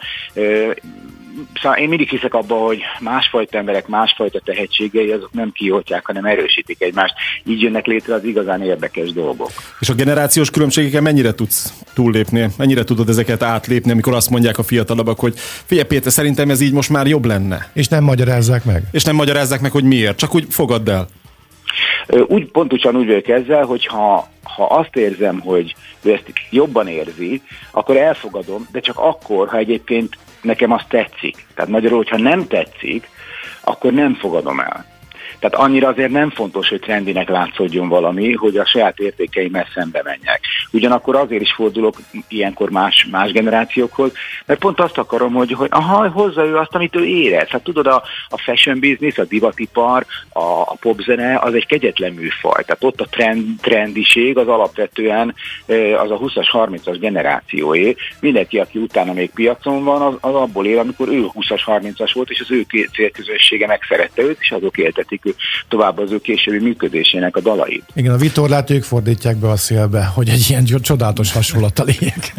Szóval én mindig hiszek abban, hogy másfajta emberek, másfajta tehetségei, azok nem kioltják, hanem erősítik egymást. Így jönnek létre az igazán érdekes dolgok. És a generációs különbségeken mennyire tudsz túllépni? Mennyire tudod ezeket átlépni, amikor azt mondják a fiatalabbak, hogy figyelj Péter, szerintem ez így most már jobb lenne? És nem magyarázzák meg, hogy miért, csak úgy fogadd el. Pontosan úgy vagyok ezzel, hogy ha azt érzem, hogy ő ezt jobban érzi, akkor elfogadom, de csak akkor, ha egyébként nekem azt tetszik. Tehát magyarul, hogyha nem tetszik, akkor nem fogadom el. Tehát annyira azért nem fontos, hogy trendinek látszódjon valami, hogy a saját értékeimmel szembe menjek. Ugyanakkor azért is fordulok ilyenkor más generációkhoz, mert pont azt akarom, hogy hozza ő azt, amit ő érez. Hát tudod, a fashion business, a divatipar, a popzene, az egy kegyetlen műfaj. Tehát ott a trendiség az alapvetően az a 20-as, 30-as generációé. Mindenki, aki utána még piacon van, az abból él, amikor ő 20-as, 30-as volt, és az ő célközönsége megszerette őt, és azok éltetik tovább az ő későbbi működésének a dalait. Igen, a vitorlát ők fordítják be a szélbe, hogy egy ilyen csodálatos hasonlattal éljek.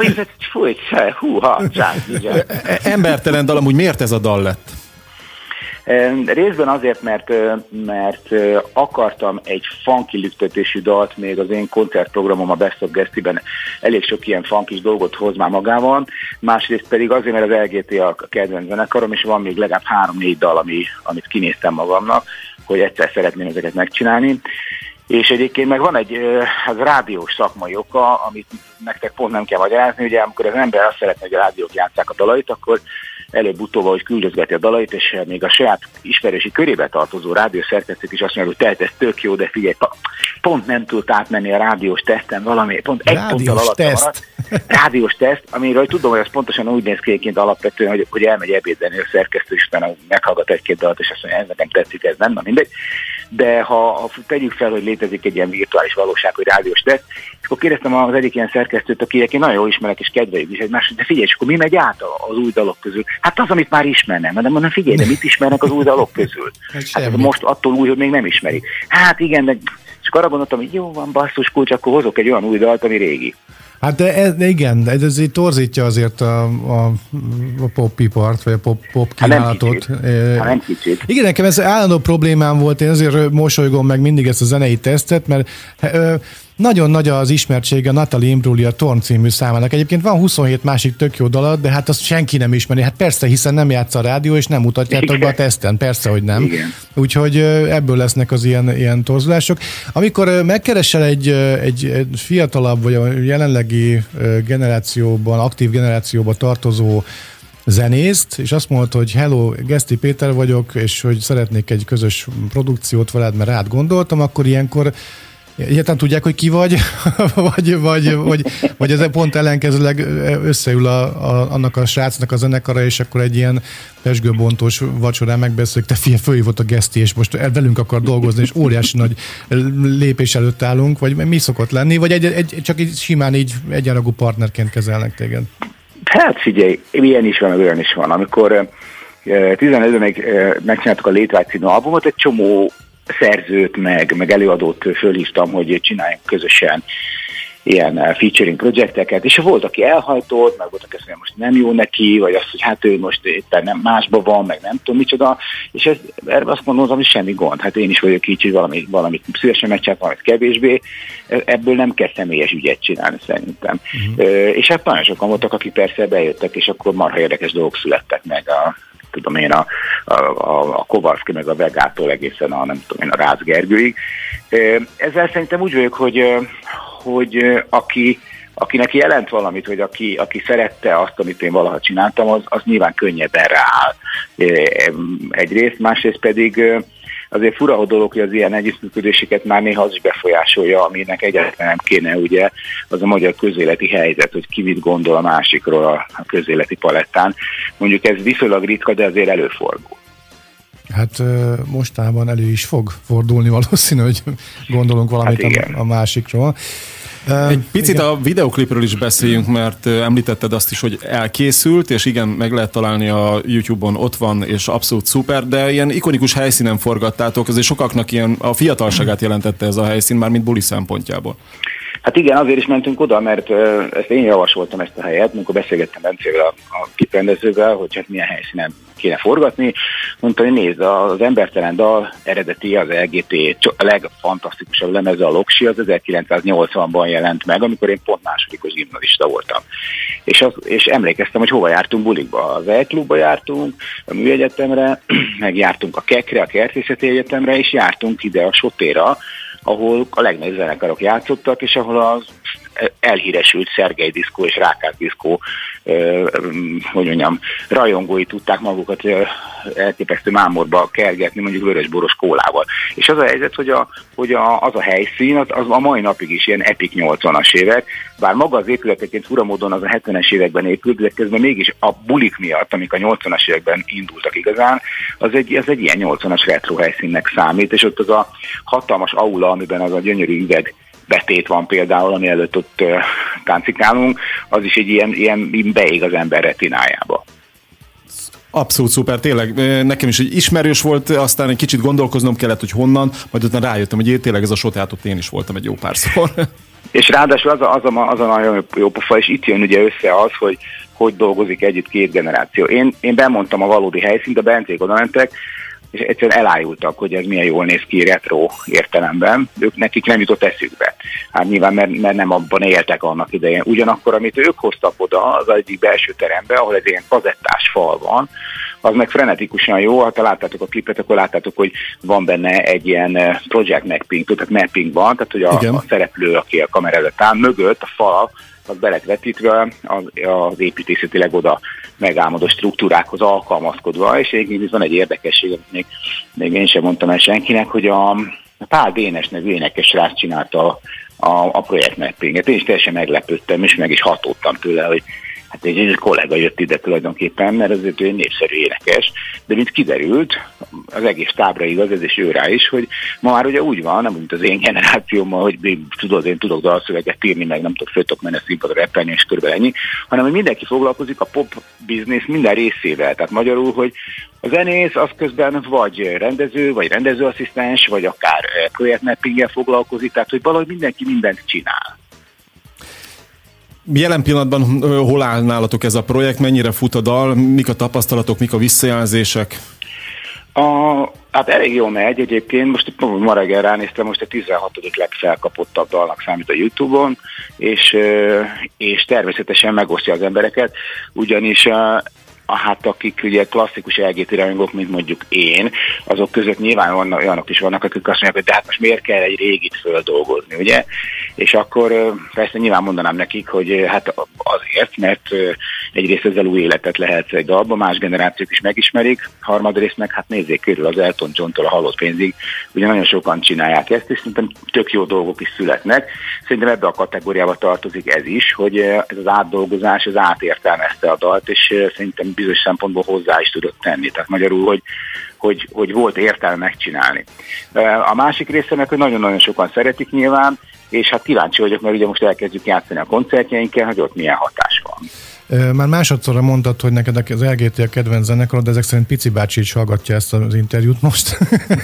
Embertelen dal, amúgy miért ez a dal lett? Részben azért, mert akartam egy funky lüktetésű dalt, még az én koncertprogramom a Best of Gesztiben elég sok ilyen funkis dolgot hoz már magával, másrészt pedig azért, mert az LGT a kedvenc zenekarom, és van még legalább 3-4 dal, amit kinéztem magamnak, hogy egyszer szeretném ezeket megcsinálni. És egyébként meg van egy az rádiós szakmai oka, amit nektek pont nem kell magyarázni, ugye amikor az ember azt szeretne, hogy a rádiók játsszák a dalait, akkor előbb-utóbb, hogy küldözgeti a dalait, és még a saját ismerősi körébe tartozó rádiószerkesztők is azt mondják, hogy ez tök jó, de figyelj, pont nem tudott átmenni a rádiós teszten valami, pont egy ponttal alatt maradt. Rádiós teszt, amiről tudom, hogy az pontosan úgy néz ki alapvetően, hogy elmegy ebédeni a szerkesztő, és utána meghallgat egy-két dalt, és azt mondja, ez nekem tetszik, ez nem, na mindegy. De ha tegyük fel, hogy létezik egy ilyen virtuális valóság, hogy rádiós teszt, és akkor kérdeztem az egyik ilyen szerkesztőt, akinek én nagyon jól ismerek, és kedveljük is egymást, de figyelj, és akkor mi megy át az új dalok közül? Hát az, amit már ismernem. De mondom, figyelj, de mit ismernek az új dalok közül? Hát most attól új, hogy még nem ismerik. Hát igen, de csak arra gondoltam, hogy jó van, basszus kulcs, akkor hozok egy olyan új dalt, ami régi. Hát de igen, ez így torzítja azért a popipart, vagy a pop kínálatot. Nem kicsit. Igen, nekem ez állandó problémám volt, én azért mosolygom meg mindig ezt a zenei tesztet, mert nagyon nagy az ismertsége a Natalie Imbruglia Torn című számának. Egyébként van 27 másik tök jó dalat, de hát azt senki nem ismeri. Hát persze, hiszen nem játsza a rádió, és nem mutatjátok be a teszten. Persze, hogy nem. Igen. Úgyhogy ebből lesznek az ilyen torzulások. Amikor megkeresel egy fiatalabb, vagy a jelenlegi generációban, aktív generációban tartozó zenészt, és azt mondta, hogy hello, Geszti Péter vagyok, és hogy szeretnék egy közös produkciót veled, mert rád gondoltam, akkor ilyenkor egyáltalán tudják, hogy ki vagy, vagy ez pont ellenkezőleg összeül annak a srácnak a zenekara, és akkor egy ilyen pezsgőbontós vacsorán megbeszéljük, te figyelj, fölhívott a Geszti, és most velünk akar dolgozni, és óriási nagy lépés előtt állunk, vagy mi szokott lenni, vagy csak így simán így egyenrangú partnerként kezelnek téged? Hát figyelj, ilyen is van, olyan is van. Amikor 15-ben megcsináltuk a Létvágy című albumot, egy csomó szerzőt, meg előadót fölhívtam, hogy csináljunk közösen ilyen featuring projekteket, és volt, aki elhajtott, meg volt, aki azt mondja, most nem jó neki, vagy azt, hogy hát ő most éppen nem másban van, meg nem tudom micsoda, és erre azt mondom, hogy semmi gond. Hát én is vagyok így, hogy valamit szívesen megcsináltam, valamit kevésbé, ebből nem kell személyes ügyet csinálni szerintem. És hát nagyon sokan voltak, akik persze bejöttek, és akkor marha érdekes dolgok születtek meg a Kovalszki meg a Vegától egészen a Rácz Gergőig. Ezzel szerintem úgy vagyok, hogy akinek jelent valamit, vagy aki szerette azt, amit én valaha csináltam, az nyilván könnyebben rááll egyrészt, másrészt pedig azért fura dolog, hogy az ilyen együttműködéseket már néha az is befolyásolja, aminek egyáltalán nem kéne, ugye, az a magyar közéleti helyzet, hogy ki mit gondol a másikról a közéleti palettán. Mondjuk ez viszonylag ritka, de azért előfordul. Hát mostában elő is fog fordulni valószínű, hogy gondolunk valamit a másikról. Egy picit a videoklipről is beszéljünk, mert említetted azt is, hogy elkészült, és igen, meg lehet találni a YouTube-on, ott van, és abszolút szuper, de ilyen ikonikus helyszínen forgattátok, azért sokaknak ilyen a fiatalságát jelentette ez a helyszín, már mint buli szempontjából. Hát igen, azért is mentünk oda, mert ezt én javasoltam ezt a helyet, amikor beszélgettem Bencével a kiprendezővel, hogy hát milyen helyszínen kéne forgatni. Mondta, hogy nézd, az Embertelen dal eredeti, az LGT a legfantasztikusabb lemeze, a Loksi, az 1980-ban jelent meg, amikor én pont másodikos gimnazista voltam. És emlékeztem, hogy hova jártunk bulikba. Az E-klubba jártunk, a Műegyetemre, meg jártunk a Kekre, a Kertészeti Egyetemre, és jártunk ide a Sotéra, ahol a legnagyobb zenekarok játszottak, és ahol az elhíresült Szergej diszkó és Rákás diszkó rajongói tudták magukat elképesztő mámorba kergetni, mondjuk vörösboros kólával. És az a helyzet, hogy az a helyszín, az a mai napig is ilyen epic 80-as évek, bár maga az épületeként fura módon az a 70-es években épült, de közben mégis a bulik miatt, amik a 80-as években indultak igazán, az egy ilyen 80-as retro helyszínnek számít, és ott az a hatalmas aula, amiben az a gyönyörű üveg betét van például, ami előtt ott táncikálunk, az is egy ilyen beég az ember retinájába. Abszolút szuper, tényleg. Nekem is egy ismerős volt, aztán egy kicsit gondolkoznom kellett, hogy honnan, majd utána rájöttem, hogy tényleg ez a Sotát, ott én is voltam egy jó párszor. És ráadásul az a nagyon jó pofa, és itt jön ugye össze az, hogy dolgozik együtt két generáció. Én bemondtam a valódi helyszínt, de Bencék oda mentek, és egyszerűen elájultak, hogy ez milyen jól néz ki retro értelemben. Nekik nem jutott eszükbe. Hát nyilván, mert nem abban éltek annak idején. Ugyanakkor, amit ők hoztak oda az egyik belső terembe, ahol egy ilyen kazettás fal van, az meg frenetikusan jó. Ha láttátok a klipet, akkor láttátok, hogy van benne egy ilyen project mapping, tehát mapping van, tehát hogy a szereplő, aki a kamera előtt áll, mögött a fal, az be lett vetítve az építészetileg oda megálmodott struktúrákhoz alkalmazkodva, és egyébként van egy érdekesség, amit még én sem mondtam el senkinek, hogy a Pál Dénes nevű énekes srác csinálta a projekt mappinget. Én is teljesen meglepődtem, és meg is hatódtam tőle, hogy hát egy kollega jött ide tulajdonképpen, mert azért ő egy népszerű énekes, de mint kiderült, az egész tábra igaz, ez is ő rá is, hogy ma már ugye úgy van, nem mint az én generációmmal, hogy én tudok dalszöveget írni, meg nem tudok föltök menni a színpadra repelni, és körülbelül ennyi, hanem hogy mindenki foglalkozik a pop business minden részével. Tehát magyarul, hogy a zenész az közben vagy rendező, vagy rendezőasszisztens, vagy akár projektmappinggel foglalkozik, tehát hogy valahogy mindenki mindent csinál. Jelen pillanatban hol áll nálatok ez a projekt, mennyire fut a dal, mik a tapasztalatok, mik a visszajelzések? Hát elég jól megy egyébként, most ma reggel ránéztem, most a 16. legfelkapottabb dalnak számít a YouTube-on, és természetesen megosztja az embereket, ugyanis hát akik ugye klasszikus LGT rajongók, mint mondjuk én, azok között nyilván olyanok is vannak, akik azt mondják, hogy de hát most miért kell egy régit földolgozni, ugye? És akkor persze nyilván mondanám nekik, hogy hát azért, mert egyrészt ezzel új életet lehet egy dalba, más generációk is megismerik, harmadrészt meg hát nézzék körül az Elton John-tól a Halott pénzig, ugye nagyon sokan csinálják ezt, és szerintem tök jó dolgok is születnek. Szerintem ebbe a kategóriába tartozik ez is, hogy ez az átdolgozás, ez átértelmezte a dalt, és szerintem bizonyos szempontból hozzá is tudott tenni. Tehát magyarul, hogy volt értelme megcsinálni. A másik része meg, hogy nagyon-nagyon sokan szeretik nyilván, és hát kíváncsi vagyok, mert ugye most elkezdjük játszani a koncertjeinkkel, hogy ott milyen hatás van. Már másodszorra mondtad, hogy neked az LGT a kedvenc zenekarod, de ezek szerint Pici bácsi is hallgatja ezt az interjút most.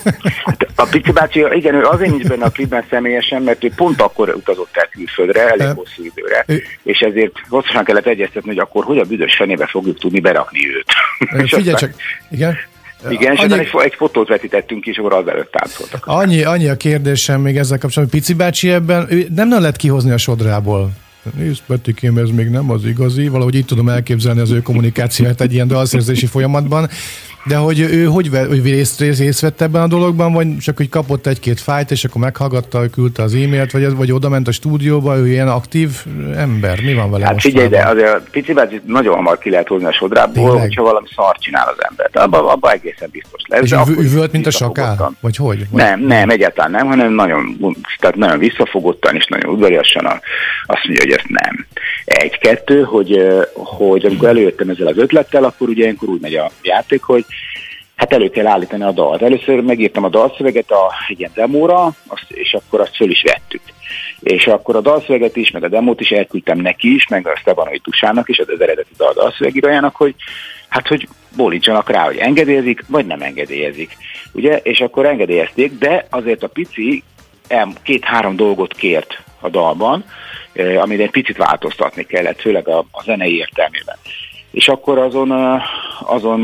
A Pici bácsi, igen, ő azért nincs benne a klipben személyesen, mert ő pont akkor utazott el külföldre, elég hosszú időre, és ezért hosszasan kellett egyeztetni, hogy akkor hogy a büdös fenébe fogjuk tudni berakni őt. Figyelj csak, igen? Igen, és egy fotót vetítettünk ki, és akkor az előtt táncoltak. Annyi a kérdésem még ezzel kapcsolatban, Pici bácsi ebben nem lehet kihozni a sodrából. Nézd, Petikém, ez még nem az igazi, valahogy így tudom elképzelni az ő kommunikációját egy ilyen dalszerzési folyamatban, de hogy ő hogy részt vett ebben a dologban, vagy csak hogy kapott egy-két fájt, és akkor meghallgatta, hogy küldte az e-mailt, vagy oda ment a stúdióba, ő ilyen aktív ember, mi van vele? Hát figyelj, de azért a Pici bácsi nagyon hamar ki lehet hozni a sodrából, hogyha valami szart csinál az ember. Abba egészen biztos lesz. És üvölt, mint a sakál? Vagy hogy? Nem, egyáltalán nem, hanem nagyon visszafogottan és nagyon udvariasan azt mondja, hogy ezt nem. Egy-kettő, hogy amikor előjöttem ezzel az ötlettel, akkor ugye ilyenkor úgy megy a játék, hogy hát elő kell állítani a dalt. Először megírtam a dalszöveget egy ilyen demóra, és akkor azt föl is vettük. És akkor a dalszöveget is, meg a demót is elküldtem neki is, meg a Stebanói Tusának is, az eredeti dalszövegírójának, hogy bólítsanak rá, hogy engedélyezik, vagy nem engedélyezik. Ugye? És akkor engedélyezték, de azért a Pici 2-3 dolgot kért a dalban, amit egy picit változtatni kellett, főleg a zenei értelmében. És akkor azon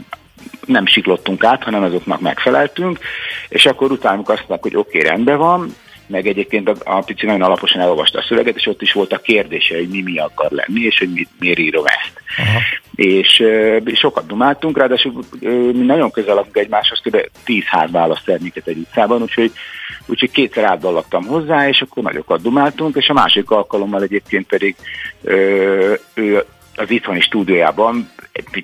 nem siklottunk át, hanem azoknak megfeleltünk, és akkor utána azt mondták, hogy oké, rendben van, meg egyébként a Pici nagyon alaposan elolvasta a szöveget, és ott is volt a kérdése, hogy mi akar lenni, és hogy miért írom ezt. Aha. És sokat dumáltunk, ráadásul mi nagyon közel lakunk egymáshoz, kb. 10 ház választ el minket egy utcában, úgyhogy kétszer átdallaktam hozzá, és akkor nagyokat dumáltunk, és a másik alkalommal egyébként pedig ő az itthoni stúdiójában egy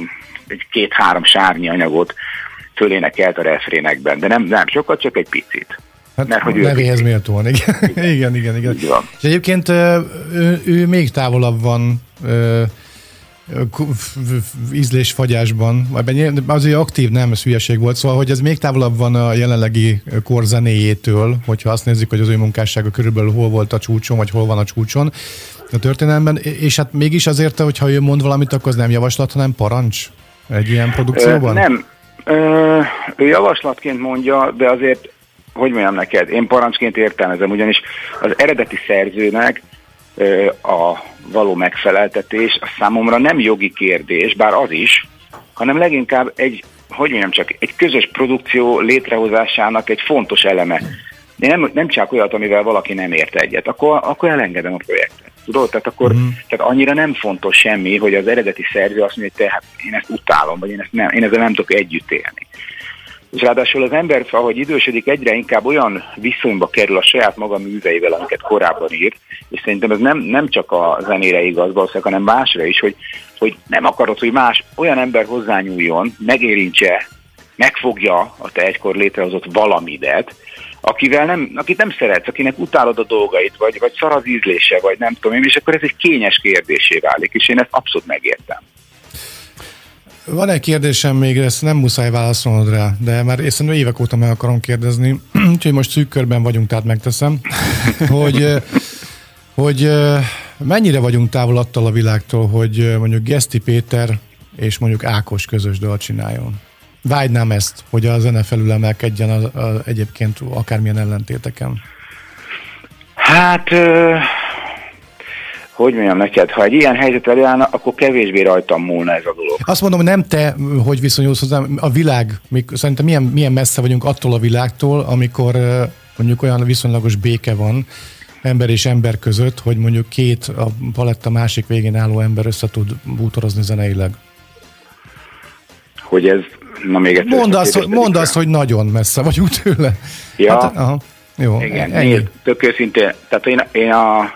2-3 sárnyi anyagot fölénekelt a refrénekben, de nem sokat, csak egy picit. Hát mert, hogy nevéhez méltóan, igen. igen. És egyébként ő még távolabb van ízlésfagyásban, azért aktív, nem, ez hülyeség volt, szóval, hogy ez még távolabb van a jelenlegi kor zenéjétől, hogyha azt nézzük, hogy az ő munkássága körülbelül hol volt a csúcson, vagy hol van a csúcson a történelemben, és hát mégis azért, hogyha ő mond valamit, akkor az nem javaslat, hanem parancs egy ilyen produkcióban? Nem, ő javaslatként mondja, de azért, hogy mondjam neked, én parancsként értelmezem, ugyanis az eredeti szerzőnek a való megfeleltetés a számomra nem jogi kérdés, bár az is, hanem leginkább egy közös produkció létrehozásának egy fontos eleme. Én nem csak olyat, amivel valaki nem ért egyet, akkor elengedem a projektet. Tudod? Tehát tehát annyira nem fontos semmi, hogy az eredeti szerző azt mondja, hogy hát én ezt utálom, vagy én ezzel nem tudok együtt élni. És ráadásul az ember, ahogy idősödik, egyre inkább olyan viszonyba kerül a saját maga műveivel, amiket korábban írt, és szerintem ez nem csak a zenére igaz, valószínűleg, hanem másra is, hogy nem akarod, hogy más olyan ember hozzányúljon, megérintse, megfogja a te egykor létrehozott valamidet, akit nem szeretsz, akinek utálod a dolgait, vagy szar az ízlése, vagy nem tudom én, és akkor ez egy kényes kérdésé válik, és én ezt abszolút megértem. Van egy kérdésem még, ezt nem muszáj válaszolnod rá, de már észre évek óta meg akarom kérdezni, úgyhogy most szűk körben vagyunk, tehát megteszem, hogy mennyire vagyunk távol attól a világtól, hogy mondjuk Geszti Péter és mondjuk Ákos közös dalt csináljon. Vágynám ezt, hogy a zene felülemelkedjen egyébként akármilyen ellentéteken. Hát hogy mondjam neked, ha egy ilyen helyzet előállna, akkor kevésbé rajtam múlna ez a dolog. Azt mondom, hogy nem te, hogy viszonyulsz hozzá, a világ, szerintem milyen messze vagyunk attól a világtól, amikor mondjuk olyan viszonylagos béke van ember és ember között, hogy mondjuk két a paletta másik végén álló ember össze tud bútorozni zeneileg. Hogy ez, na még egyszer. Mondd azt, hogy nagyon messze vagyunk tőle. Ja, hát, aha, jó. Igen, tök őszintén, tehát én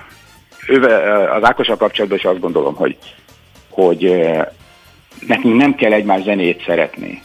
az Ákossal kapcsolatban is azt gondolom, hogy nekünk nem kell egymás zenét szeretni.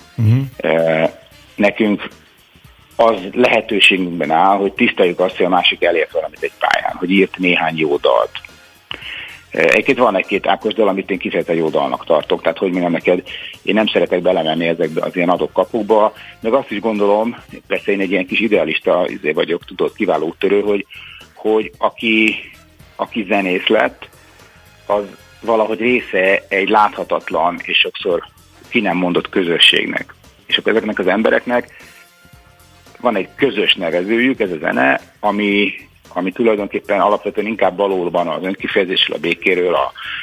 Nekünk az lehetőségünkben áll, hogy tiszteljük azt, hogy a másik elért valamit egy pályán, hogy írt néhány jó dalt. Egyébként van egy-két Ákos dal, amit én kifejezetten jó dalnak tartok, tehát hogy mondjam neked, én nem szeretek belemenni ezekbe az ilyen adok-kapukba, meg azt is gondolom, persze én egy ilyen kis idealista vagyok, tudod, kiváló úttörő, hogy aki zenész lett, az valahogy része egy láthatatlan és sokszor ki nem mondott közösségnek. És akkor ezeknek az embereknek van egy közös nevezőjük, ez a zene, ami tulajdonképpen alapvetően inkább valóban az önkifejezésről, a békéről,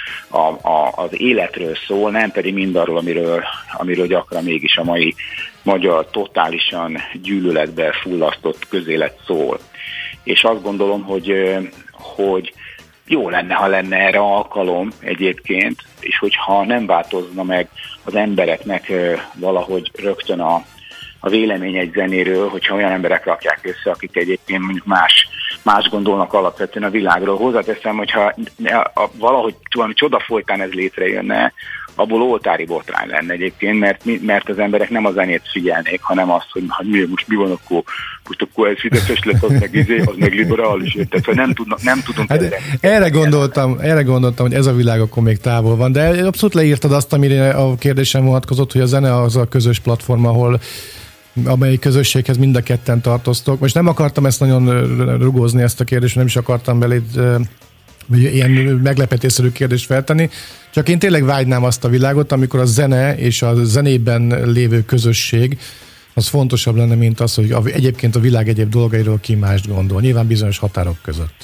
az életről szól, nem pedig mindarról, amiről gyakran mégis a mai magyar totálisan gyűlöletbe fullasztott közélet szól. És azt gondolom, hogy jó lenne, ha lenne erre alkalom egyébként, és hogyha nem változna meg az embereknek valahogy rögtön a vélemény egy zenéről, hogyha olyan emberek rakják össze, akik egyébként mondjuk más gondolnak alapvetően a világról. Hozzáteszem, hogyha valahogy valami csoda folytán ez létrejönne, abból oltári botrány lenne egyébként, mert az emberek nem a zenét figyelnék, hanem azt, hogy mi van akkor, most akkor ez fideszes lett, az meg liberális, tehát hogy nem tudunk hát erre gondoltam, hogy ez a világ akkor még távol van, de abszolút leírtad azt, amire a kérdésem vonatkozott, hogy a zene az a közös platform, amely közösséghez mind a ketten tartoztok. Most nem akartam ezt nagyon rugózni, ezt a kérdést, nem is akartam beléd ilyen meglepetésszerű kérdést feltenni, csak én tényleg vágynám azt a világot, amikor a zene és a zenében lévő közösség az fontosabb lenne, mint az, hogy egyébként a világ egyéb dolgairól ki mást gondol. Nyilván bizonyos határok között.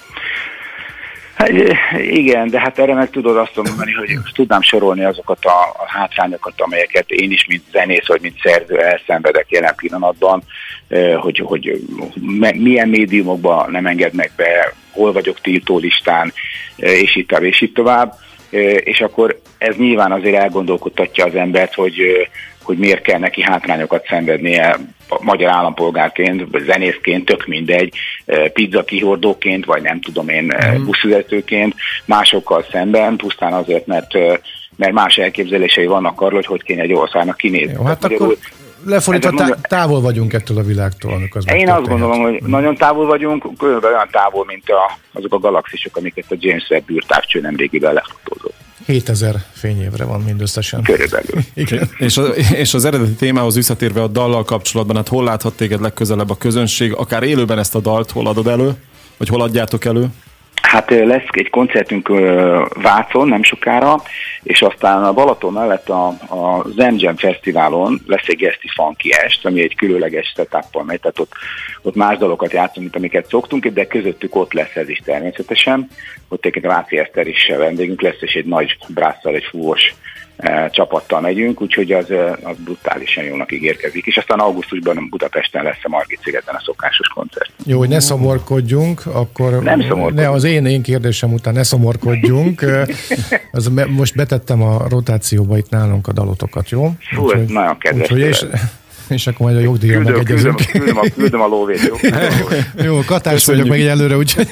Hát, igen, de hát erre meg tudod azt mondani, hogy tudnám sorolni azokat a hátrányokat, amelyeket én is, mint zenész, vagy mint szerző elszenvedek jelen pillanatban, hogy milyen médiumokban nem engednek be, hol vagyok tiltólistán, és így tovább. És akkor ez nyilván azért elgondolkodtatja az embert, hogy miért kell neki hátrányokat szenvednie magyar állampolgárként, vagy zenészként, tök mindegy, pizza kihordóként, vagy nem tudom én, buszvezetőként, másokkal szemben, pusztán azért, mert más elképzelései vannak arról, hogy kéne egy országnak kinézni. Jó, hát akkor lefordítva távol vagyunk ettől a világtól. Én azt gondolom, hogy nagyon távol vagyunk, olyan távol, mint azok a galaxisok, amiket a James Webb űrtávcső nemrégiben lefotózott. 7000 fényévre van mindösszesen. Körülbelül. Igen. És az eredeti témához visszatérve a dallal kapcsolatban, hát hol láthat téged legközelebb a közönség? Akár élőben ezt a dalt hol adod elő? Vagy hol adjátok elő? Hát lesz egy koncertünk Vácon nem sokára, és aztán a Balaton mellett a Zen Jam Fesztiválon lesz egy Geszti Funky est, ami egy különleges setuppal megy, tehát ott más dalokat játszunk, mint amiket szoktunk, de közöttük ott lesz ez is természetesen. Ott egyébként a Váci Eszter is vendégünk lesz, és egy nagy brásszal, egy fúvós csapattal megyünk, úgyhogy az brutálisan jónak ígérkezik. És aztán augusztusban Budapesten lesz a Margit szigeten a szokásos koncert. Jó, hogy ne szomorkodjunk, akkor nem szomorkodjunk. Az én kérdésem után ne szomorkodjunk. Most betettem a rotációba itt nálunk a dalotokat, jó? Fú, ez nagyon kedves. És akkor majd a jogdíjra megegyezünk. Küldöm a lóvét, jó? Jó, Katás vagyok meg egy előre, úgyhogy...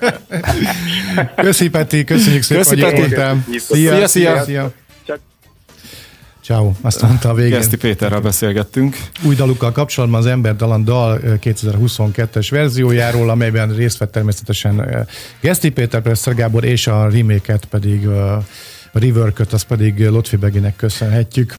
Köszi, Peti, köszönjük szépen, hogy itt voltál. Szia. Ciao, azt mondta a végén. Geszti Péterrel beszélgettünk. Új dalukkal kapcsolatban az Ember Dalan dal 2022-es verziójáról, amelyben részt vett természetesen Geszti Péter, Presser Gábor, és a remake-et pedig, a rework-öt, azt pedig Lotfi Beginek köszönhetjük.